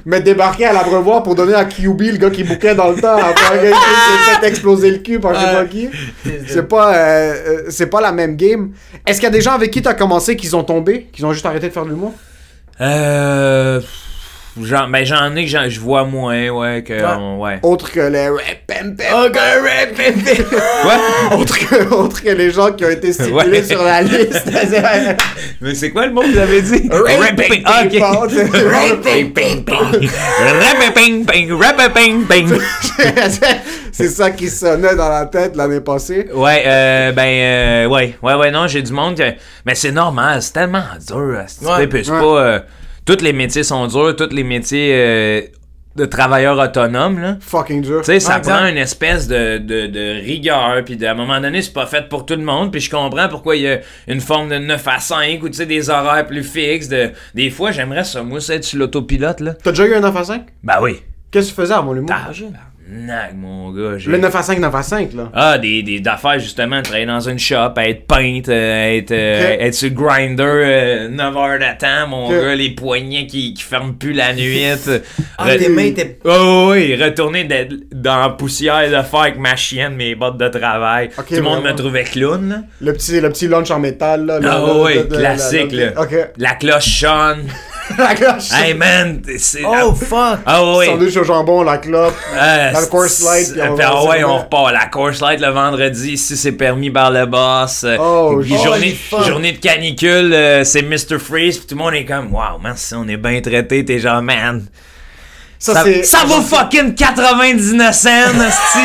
Mais débarquer à l'Abreuvoir pour donner à Q B, le gars qui bouquait dans le temps, après un gars qui s'est fait exploser le cul par je sais pas qui. C'est pas, euh, euh, c'est pas la même game. Est-ce qu'il y a des gens avec qui t'as commencé qui ont tombé, qui ont juste arrêté de faire de l'humour? Euh... J'en, ben j'en ai que j'en, je vois moins, ouais, que... Ouais. On, ouais. Autre que les rap pem pem. Oh, gars, rap, pim, pim. Quoi? Autre que, autre que les gens qui ont été stipulés Ouais. sur la liste. Mais c'est quoi le mot que vous avez dit? Rapping, Ah, ok. rapping, Ping, ping, ping. Rapping, ping, rapping, ping. C'est ça qui sonnait dans la tête l'année passée. Ouais, euh, ben, euh, ouais, ouais, ouais, non, j'ai du monde que... Mais c'est normal, c'est tellement dur, c'est Ouais, ouais, c'est ouais. pas... euh, tous les métiers sont durs, tous les métiers euh, de travailleurs autonomes, là. Fucking dur. Tu sais, ça Ouais, exact. prend une espèce de, de, de rigueur, puis à un moment donné, c'est pas fait pour tout le monde, puis je comprends pourquoi il y a une forme de neuf à cinq, ou tu sais, des horaires plus fixes, de... Des fois, j'aimerais ça, moi, ça, être sur l'autopilote, là. T'as déjà eu un neuf à cinq? Ben oui. Qu'est-ce que tu faisais avant l'humour? Ah, Nag, mon gars. j'ai- Le neuf à cinq, neuf à cinq, là. Ah, des, des d'affaires, justement, travailler dans une shop, être peinte, euh, être, euh, Ok. être sur le grinder euh, neuf heures de temps, mon Ok. gars, les poignets qui, qui ferment plus la nuit. euh, Ah, re- tes mains étaient... Oh oui, retourner de- dans la poussière de faire avec ma chienne, mes bottes de travail. Ok, Tout le monde vraiment. me trouvait clown, là. Le petit, le petit lunch en métal, là. Ah le- oui, de- de- classique, la- là. Ok. La cloche sonne. La cloche. Hey man, c'est... Oh, fuck! Ah oui. Sandwich au jambon, la clope. Ah, Dans le course light, puis on puis va- ah ouais, c'est on vrai. repart. La course light le vendredi, si c'est permis par le boss. Euh, Oh, puis holy journée, fuck. journée de canicule, euh, c'est mister Freeze, puis tout le monde est comme, wow, man, si on est bien traité, t'es genre, man. Ça, Ça, c'est. ça vaut fucking quatre-vingt-dix-neuf cents, asti.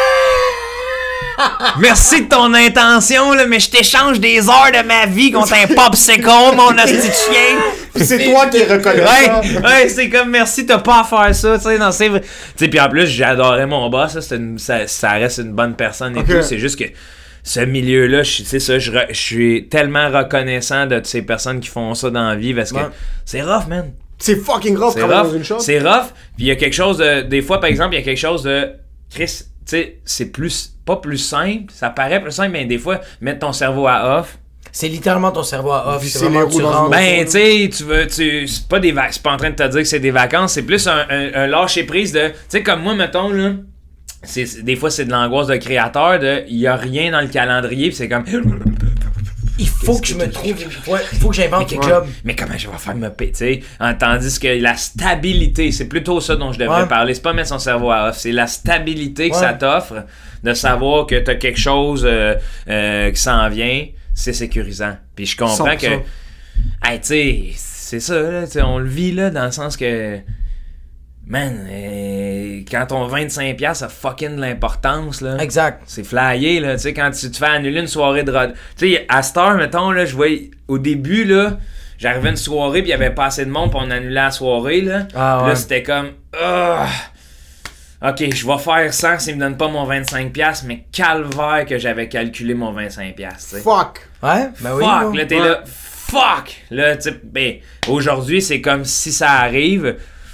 Merci de ton intention, là, mais je t'échange des heures de ma vie contre un popsicle, mon asti de chien. Puis c'est toi qui reconnais ça. Ouais, ouais, c'est comme merci, t'as pas à faire ça, tu sais, non, c'est vrai. Tu sais, puis en plus, j'adorais mon boss, ça, c'était une- ça, ça reste une bonne personne et Ok. tout, c'est juste que ce milieu-là, je- c'est ça, je, re- je suis tellement reconnaissant de ces personnes qui font ça dans la vie parce que Ouais. c'est rough, man. C'est fucking rough C'est travailler rough, dans une shop. c'est rough, puis il y a quelque chose de, des fois, par exemple, il y a quelque chose de, Chris, tu sais, c'est plus, pas plus simple, ça paraît plus simple, mais des fois, mettre ton cerveau à off, C'est littéralement ton cerveau à off. Visser C'est vraiment les que tu roues dans rentres. une ben, tu sais, tu veux, tu, c'est pas des vacances, c'est pas en train de te dire que c'est des vacances, c'est plus un, un, un lâcher prise de, tu sais, comme moi, mettons, là, c'est, c'est- des fois, c'est de l'angoisse de créateur, de, il y a rien dans le calendrier, pis c'est comme, Il faut que je me trouve... Ouais, il faut que j'invente quelque Ouais. job. mais comment je vais faire me payer, tu sais, hein, tandis que la stabilité, c'est plutôt ça dont je devrais Ouais. parler, c'est pas mettre son cerveau à off, c'est la stabilité que Ouais. ça t'offre, de savoir que t'as quelque chose euh, euh, qui s'en vient, c'est sécurisant. Puis je comprends cent pour que, cent. hey, tu sais, c'est ça, là, tu sais, on le vit, là, dans le sens que, man, euh, quand ton vingt-cinq piastres a fucking de l'importance, là. Exact. C'est flyé, là, tu sais, quand tu te fais annuler une soirée de rod. Tu sais, à cette heure, mettons, là, je voyais, au début, là, j'arrivais à une soirée, puis il y avait pas assez de monde, puis on annulait la soirée, là. Ah Puis ouais. là, c'était comme, ah, ok, je vais faire cent s'ils me donnent pas mon vingt-cinq piastres, mais calvaire que j'avais calculé mon vingt-cinq piastres, tu sais. Fuck. Ouais, ben oui. Fuck, ouais. là, t'es Ouais. là, fuck! Là, tu sais, ben, aujourd'hui, c'est comme si ça arrive.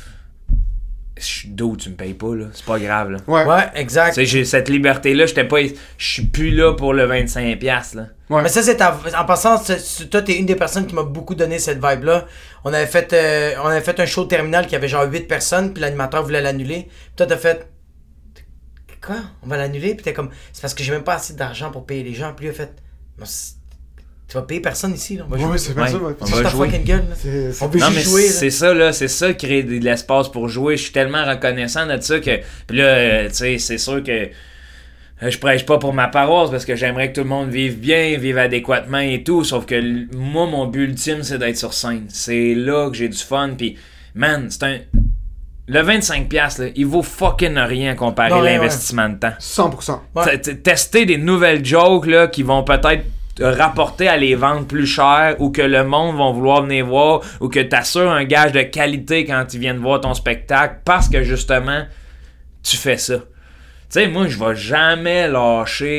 Je- D'où tu me payes pas, là. C'est pas grave, là. Ouais. Ouais, exact. Tu sais, j'ai cette liberté-là, j'étais pas. Je suis plus là pour le vingt-cinq piastres, là. Ouais. Mais ça, c'est ta... En passant, c'est- c'est- toi, t'es une des personnes qui m'a beaucoup donné cette vibe-là. On avait fait euh, on avait fait un show terminal qui avait genre huit personnes, puis l'animateur voulait l'annuler. Puis toi, t'as fait... Quoi? On va l'annuler? Puis t'es comme... C'est parce que j'ai même pas assez d'argent pour payer les gens. Puis lui a fait... Mais c'est- tu vas payer personne ici, là. On va jouer. Ouais, c'est pas Ouais. ça. ouais. On C'est va ta jouer. fucking gueule, là. C'est- c'est- On veut Non, mais juste jouer, là. c'est ça, là. C'est ça, créer de l'espace pour jouer. Je suis tellement reconnaissant de ça que. Puis là, euh, tu sais, c'est sûr que. euh, Je prêche pas pour ma paroisse parce que j'aimerais que tout le monde vive bien, vive adéquatement et tout. Sauf que l- moi, mon but ultime, c'est d'être sur scène. C'est là que j'ai du fun. Puis, man, c'est un. Le vingt-cinq piastres, là, il vaut fucking rien comparé Non, à ouais, l'investissement de temps. cent pour cent. Ouais. T- t- Tester des nouvelles jokes là, qui vont peut-être te rapporter à les vendre plus cher ou que le monde va vouloir venir voir ou que tu assures un gage de qualité quand ils viennent voir ton spectacle parce que justement tu fais ça. Tu sais, moi je vais jamais lâcher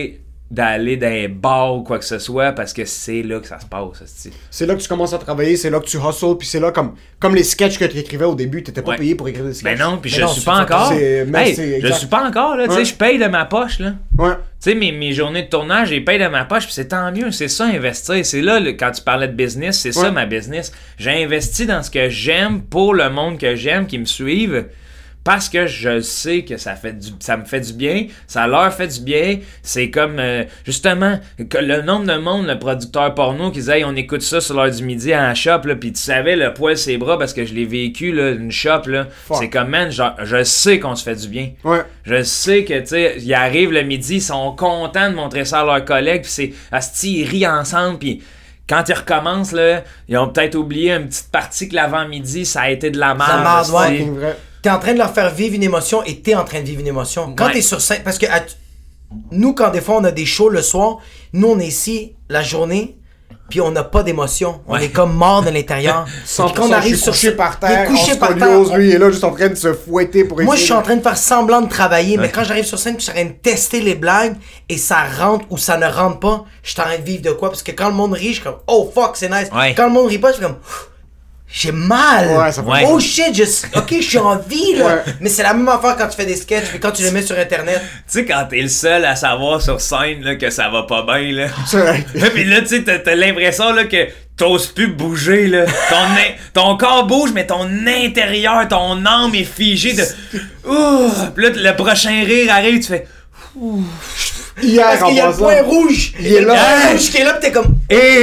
d'aller dans un bar ou quoi que ce soit parce que c'est là que ça se passe. C'est, c'est là que tu commences à travailler, c'est là que tu hustles, puis c'est là comme comme les sketchs que tu écrivais au début, t'étais pas ouais. payé pour écrire des sketchs. Ben non, puis je non, suis pas encore. C'est, hey, c'est je suis pas encore là, tu sais, ouais. je paye de ma poche là. Ouais. Tu sais, mes, mes journées de tournage, je les paye de ma poche, puis c'est tant mieux, c'est ça investir. C'est là, le, quand tu parlais de business, c'est ouais. ça ma business. J'ai investi dans ce que j'aime pour le monde que j'aime, qui me suivent. Parce que je sais que ça fait du, ça me fait du bien, ça leur fait du bien. C'est comme, euh, justement, que le nombre de monde, le producteur porno qui disait hey, on écoute ça sur l'heure du midi à la shop, là, pis tu savais le poil ses bras parce que je l'ai vécu, là, une shop, là. Fuck. C'est comme, man, genre, je sais qu'on se fait du bien. Ouais. Je sais que, tu sais, ils arrivent le midi, ils sont contents de montrer ça à leurs collègues, pis c'est, asti, ils rient ensemble, pis quand ils recommencent, là, ils ont peut-être oublié une petite partie que l'avant-midi, ça a été de la merde. La merde, ouais. Vrai. T'es en train de leur faire vivre une émotion et t'es en train de vivre une émotion. Quand ouais. t'es sur scène, parce que à, nous, quand des fois on a des shows le soir, nous on est ici la journée, puis on n'a pas d'émotion. On ouais. est comme mort de l'intérieur. Quand on arrive sur couché par terre, couché par terre, on... lui il est là juste en train de se fouetter pour essayer. Moi je suis en train de faire semblant de travailler, ouais. mais quand j'arrive sur scène, je suis en train de tester les blagues et ça rentre ou ça ne rentre pas, je suis en train de vivre de quoi? Parce que quand le monde rit, je suis comme oh fuck, c'est nice. Ouais. Quand le monde rit pas, je suis comme j'ai mal. Ouais, ça fait ouais. Oh shit, je... ok, je suis en vie là. Ouais. Mais c'est la même affaire quand tu fais des sketchs et quand tu les mets sur internet. Tu sais, quand t'es le seul à savoir sur scène là, que ça va pas bien, là. C'est Pis là, tu sais, t'as, t'as l'impression là, que t'oses plus bouger, là. Ton, ton corps bouge, mais ton intérieur, ton âme est figée de. Ouh! Pis là, le prochain rire arrive, tu fais. Ouh! Hier, Parce qu'il y a le passant, point rouge. il est là. Le point rouge qui est là, pis t'es comme.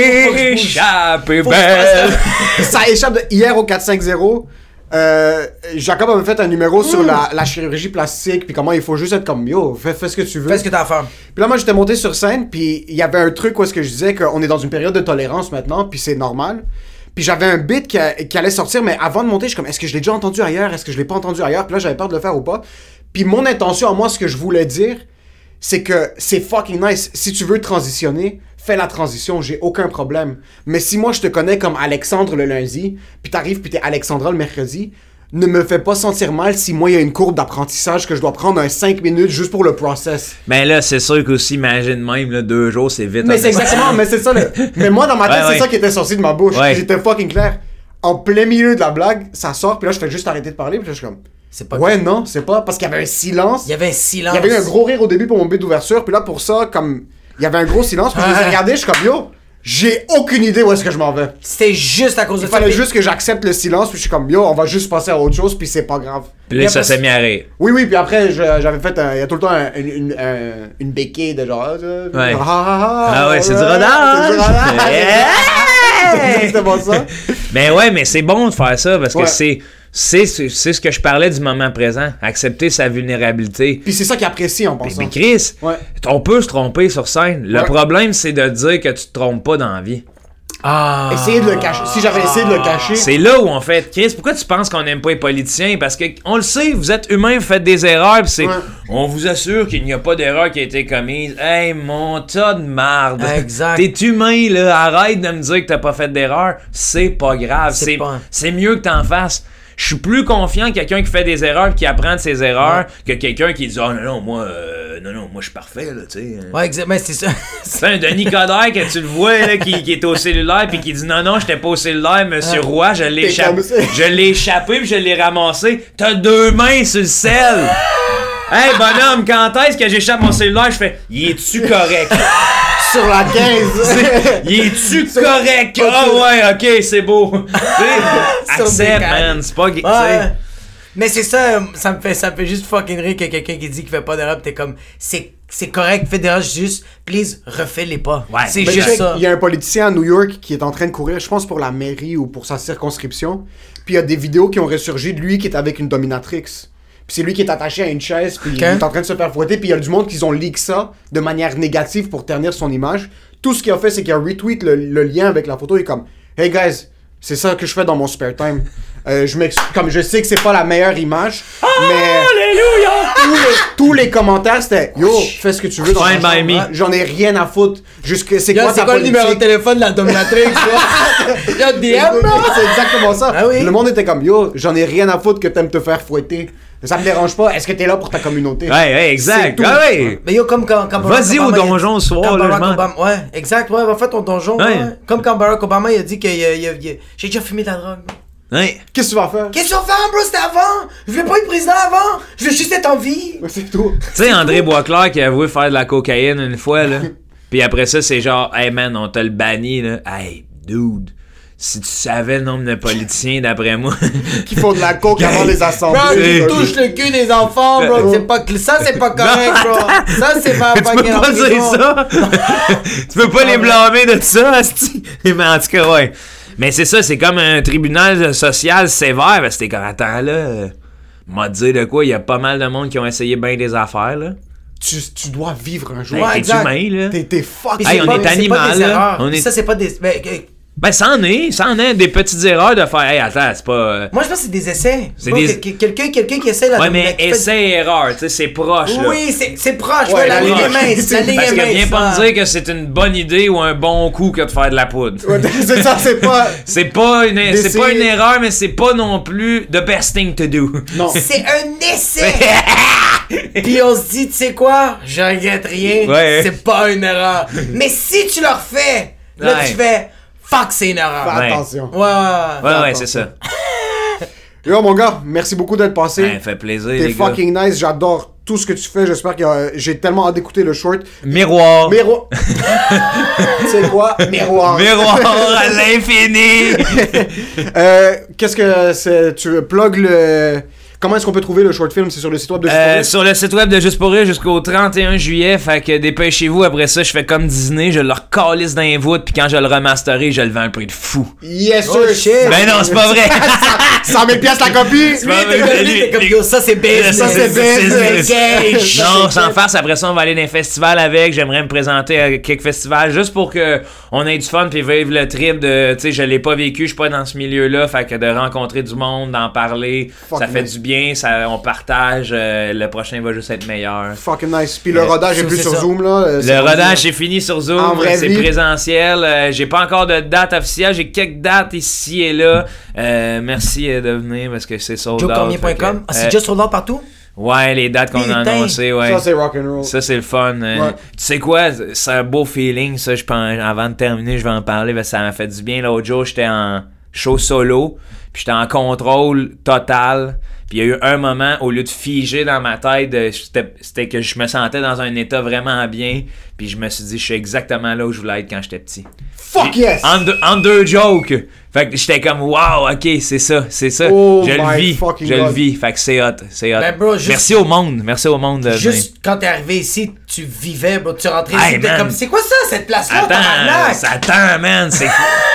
Échappé Faut que je belle! ça. Ça échappe de hier au quatre cinq zéro. Euh, Jacob avait fait un numéro mmh. sur la, la chirurgie plastique, puis comment il faut juste être comme yo, fais, fais ce que tu veux. Fais ce que t'as à faire. Puis là, moi, j'étais monté sur scène, puis il y avait un truc où est-ce que je disais qu'on est dans une période de tolérance maintenant, puis c'est normal. Puis j'avais un bit qui, a, qui allait sortir, mais avant de monter, je suis comme, est-ce que je l'ai déjà entendu ailleurs? Est-ce que je l'ai pas entendu ailleurs? Puis là, j'avais peur de le faire ou pas. Puis mon intention à moi, ce que je voulais dire, c'est que c'est fucking nice. Si tu veux transitionner, fais la transition, j'ai aucun problème. Mais si moi, je te connais comme Alexandre le lundi, puis t'arrives puis t'es Alexandra le mercredi, ne me fais pas sentir mal si moi, il y a une courbe d'apprentissage que je dois prendre un cinq minutes juste pour le process. Ben là, c'est sûr qu'aussi, imagine même, là, deux jours, c'est vite. Mais c'est exactement, mais c'est ça. Le... Mais moi, dans ma tête, ouais, c'est ouais. ça qui était sorti de ma bouche. Ouais. J'étais fucking clair. En plein milieu de la blague, ça sort, puis là, je fais juste arrêter de parler, puis là, je suis comme... C'est pas ouais, non, c'est pas. Parce qu'il y avait un silence. Il y avait un silence. Il y avait eu un gros rire au début pour mon bit d'ouverture, puis là, pour ça, comme. Il y avait un gros silence, puis je les ai regardés, je suis comme yo, j'ai aucune idée où est-ce que je m'en vais. C'était juste à cause de Il ça. fallait puis- juste que j'accepte le silence, puis je suis comme yo, on va juste passer à autre chose, puis c'est pas grave. Puis là, Et ça après- s'est mis à rire. Oui, oui, puis après, je- j'avais fait. un- Il y a tout le temps un- une, une, un- une béquille de genre. euh, Ouais. Ah, ah, Ah ouais, c'est du ouais, rodage. C'est du rodage. Hey! C'est exactement ça. Mais ouais, mais c'est bon de faire ça parce que Ouais. c'est, c'est, c'est, c'est ce que je parlais du moment présent. Accepter sa vulnérabilité. Puis c'est ça qu'il apprécie en Mais, pensant. mais Chris, Ouais. on peut se tromper sur scène. Le Ouais. problème, c'est de dire que tu te trompes pas dans la vie. Ah. Essayez de le cacher. Si j'avais essayé de le cacher. C'est là où on fait Chris, pourquoi tu penses qu'on n'aime pas les politiciens? Parce que on le sait, vous êtes humains, vous faites des erreurs, pis c'est Ouais. on vous assure qu'il n'y a pas d'erreur qui a été commise. Hey, mon tas de marde. Exact. T'es humain, là. Arrête de me dire que t'as pas fait d'erreur. C'est pas grave. C'est C'est, pas- c'est mieux que t'en fasses. Je suis plus confiant que quelqu'un qui fait des erreurs et qui apprend de ses erreurs que quelqu'un qui dit oh non non moi euh, non non moi je suis parfait là tu sais. Ouais, exact. Mais c'est ça. C'est un Denis Coderre que tu le vois là, qui, qui est au cellulaire puis qui dit non non j'étais pas au cellulaire monsieur Roy je l'ai T'es échappé comme ça. je l'ai échappé puis je l'ai ramassé. T'as deux mains sur le sel. Hey bonhomme, quand est-ce que j'échappe mon cellulaire? Je fais y es-tu correct? Sur la quinze. Y es-tu correct? Ah ouais, ok, c'est beau. Tu sais, Sur des accepte, cannes. man. C'est pas. tu sais. Ouais. Mais c'est ça, ça me fait, ça me fait juste fucking rire que quelqu'un qui dit qu'il fait pas d'erreur, pis t'es comme, c'est, c'est correct, fais des erreurs, juste, please, refais-les pas. Ouais. C'est Mais juste check, ça. il y a un politicien à New York qui est en train de courir, je pense pour la mairie ou pour sa circonscription. Puis il y a des vidéos qui ont ressurgi de lui qui est avec une dominatrix. Puis c'est lui qui est attaché à une chaise, puis Ok. il est en train de se faire fouetter. Puis il y a du monde qui ont leak ça de manière négative pour ternir son image. Tout ce qu'il a fait, c'est qu'il a retweet le, le lien avec la photo. Il est comme, hey guys, c'est ça que je fais dans mon spare time. Euh, je m'excuse, comme je sais que c'est pas la meilleure image, mais Alléluia! tous les, tous les commentaires c'était yo, fais ce que tu veux dans Fine ta by chambre. me. J'en ai rien à foutre. Jusque c'est Yo, quoi c'est ta quoi le numéro de politique? téléphone de la dominatrix, là? Yo, D M, là? C'est exactement ça. Ah oui. Le monde était comme yo, j'en ai rien à foutre que t'aimes te faire fouetter. Ça me dérange pas. Est-ce que t'es là pour ta communauté? Ouais, ouais, exact. C'est tout. Ah ouais. Mais yo, comme quand, quand Vas-y Barack au Obama, donjon il a- ce soir, quand là, Barack je m'en- Obama- Ouais, exact, ouais, va faire ton donjon. Ouais. Ouais. Comme quand Barack Obama, il a dit que il a- il a- il a- j'ai déjà fumé de la drogue. Ouais. Qu'est-ce que tu vas faire? Qu'est-ce que tu vas faire, bro? C'était avant! Je voulais pas être président avant! Je veux juste être en vie! Ouais, c'est tout. Tu sais, André Boisclair qui a avoué faire de la cocaïne une fois, là. Puis après ça, c'est genre, hey man, on t'a le banni, là. Hey, dude. Si tu savais le nombre de politiciens, d'après moi. Qui font de la coke avant les Bro, assemblées. tu C'est- touches le cul des enfants, bro! C'est pas, ça, c'est pas correct, bro! Ça, c'est pas tu peux fucking en pas dire prison. ça. Tu peux pas les blâmer de ça, asti. Mais en tout cas, ouais. Mais c'est ça, c'est comme un tribunal social sévère. Parce que t'es comme, attends, là. euh, M'a dit de quoi, il y a pas mal de monde qui ont essayé bien des affaires, là. Tu, tu dois vivre un jour. Hey, Ouais, t'es exact. humain, là. T'es, t'es fuck. Puis Hey, c'est on pas- est c'est pas animal, des là. erreurs. On est- Ça, c'est pas des. Ben, euh, Ben, ça en est, ça en est. Des petites erreurs de faire, hey, attends, c'est pas. euh, moi, je pense que c'est des essais. C'est Bro, des- que- que- Quelqu'un quelqu'un qui essaie la Ouais, mais qui fait- essai-erreur, tu sais, c'est proche, là. Oui, c'est c'est proche. Ouais, Ouais, la la ligne est proche. mince. La ligne Parce est que viens mince. pas ça. me dire que c'est une bonne idée ou un bon coup que de faire de la poudre. Ouais, c'est ça, c'est pas. C'est pas une c'est D'essayer- pas une erreur, mais c'est pas non plus the best thing to do. Non. C'est un essai. Puis on se dit, tu sais quoi? Je regrette rien. Ouais. C'est pas une erreur. Mais si tu le refais, là, Ouais. tu fais fuck, c'est une erreur. Fais Ouais. attention. Ouais, ouais, ouais. Ouais, ouais, c'est ça. Yo, mon gars, merci beaucoup d'être passé. Ouais, fait plaisir, T'es les gars. fucking nice. J'adore tout ce que tu fais. J'espère que euh, j'ai tellement hâte d'écouter le short. Miroir. Miroir. Tu sais quoi? Miroir. Miroir à l'infini. Euh, qu'est-ce que c'est? Tu plug le. Comment est-ce qu'on peut trouver le short film? C'est sur le site web de Juste pour Euh, rire? sur le site web de Juste pour rire jusqu'au trente et un juillet, fait que dépêchez-vous. Après ça, je fais comme Disney, je le recalisse dans les voûtes, puis quand je le remasterise, je le vends à un prix de fou. Yes, Oh, sir. shit. Ben non, c'est pas vrai. cent mille piastres la copie! Lui, t'es comme, lui, t'es comme, yo, ça c'est business. Ça, c'est business. Gage. Non, sans farce, après ça, on va aller dans les festivals avec. J'aimerais me présenter à quelques festivals juste pour que on ait du fun puis vivre le trip de, tu sais, je l'ai pas vécu, je suis pas dans ce milieu-là, fait que de rencontrer du monde, d'en parler, Fuck ça fait nice. du bien, ça, on partage, euh, le prochain va juste être meilleur. Fucking nice. Puis le Euh, rodage est ça, plus c'est sur ça. Zoom, là. euh, c'est Le pas rodage dur. est fini sur En Zoom, vraie c'est vie. présentiel. Euh, j'ai pas encore de date officielle, j'ai quelques dates ici et là. Euh, merci euh, de venir parce que c'est sold out. joe cormier point fait que, com. Ah, c'est euh, just sold out partout? Ouais, les dates qu'on a Putain. annoncées, ouais. Ça, c'est rock'n'roll. Ça, c'est le fun. euh. Ouais. Tu sais quoi? C'est un beau feeling, ça. Je pense, avant de terminer, je vais en parler parce que ça m'a fait du bien. L'autre jour, j'étais en show solo, puis j'étais en contrôle total. Puis il y a eu un moment, au lieu de figer dans ma tête, euh, c'était c'était que je me sentais dans un état vraiment bien. Puis je me suis dit, je suis exactement là où je voulais être quand j'étais petit. Fuck yes! En deux, en deux jokes. Fait que j'étais comme, wow, ok, c'est ça, c'est ça. Oh je le my vis, fucking je le God. vis. Fait que c'est hot, c'est hot. Ben, bro, juste- Merci au monde, merci au monde de venir. Juste quand t'es arrivé ici, tu vivais, bro, tu rentrais Hey, ici, t'es man. comme, c'est quoi ça, cette place-là, Attends, tabarnak? ça attend, man, c'est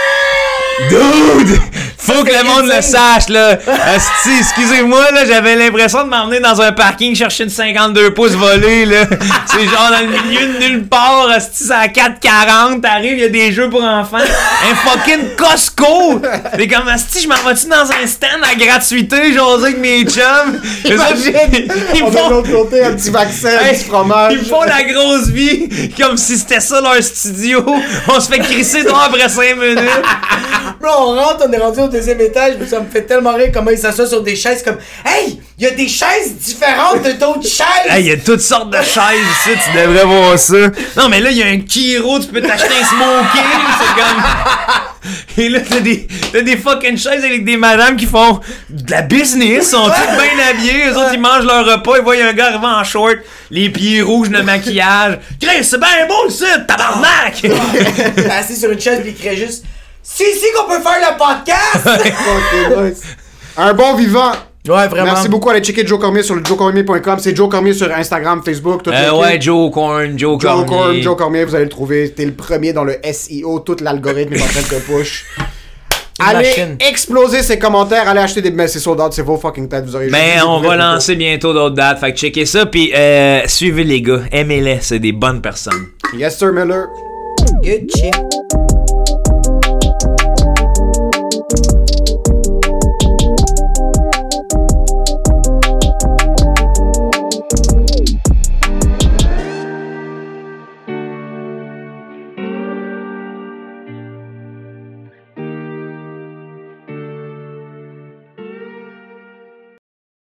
Dude! Faut que le monde le sache, là. Asti, excusez-moi, là, j'avais l'impression de m'emmener dans un parking chercher une cinquante-deux pouces volée, là. C'est genre dans le milieu de nulle part, asti, c'est à quatre quarante, t'arrives, il y a des jeux pour enfants. Un fucking Costco! T'es comme, asti, je m'en vais-tu dans un stand à gratuité, jaser avec mes chums? Les autres, Imagine! ils On font- a de l'autre côté un petit vaccin, un Hey, petit fromage. Ils font la grosse vie comme si c'était ça leur studio. On se fait crisser dehors après cinq minutes. Bro, on rentre, on est rendu au deuxième étage, puis ça me fait tellement rire comment ils s'assoient sur des chaises comme, hey, il y a des chaises différentes de d'autres chaises! Hey, il y a toutes sortes de chaises ici, tu devrais voir ça. Non, mais là, il y a un Kiro, tu peux t'acheter un smoking, c'est comme... Et là, t'as des, t'as des fucking chaises avec des madames qui font de la business, sont toutes bien habillées, eux autres, ils mangent leur repas, ils voient un gars arriver en short, les pieds rouges, le maquillage. Chris, c'est bien beau, ça, tabarnak! T'es assis sur une chaise, puis il crée juste, c'est ici qu'on peut faire le podcast! Fucking nice. Un bon vivant. Ouais, vraiment. Merci beaucoup. Allez checker Joe Cormier sur le joe cormier point com. C'est Joe Cormier sur Instagram, Facebook, tout Euh, le ouais, Joe Corn, Joe Joe Cormier. Corn, Joe Cormier, vous allez le trouver. T'es le premier dans le S E O. Tout l'algorithme est en train de te push. Allez machine. exploser ses commentaires. Allez acheter des mais c'est sold out, c'est vos fucking têtes. Vous aurez Ben, juste on découvert va plus tôt. lancer bientôt d'autres dates. Fait que checkez ça. Puis, euh, suivez les gars. Aimez-les. C'est des bonnes personnes. Yes, sir, Miller. Good shit.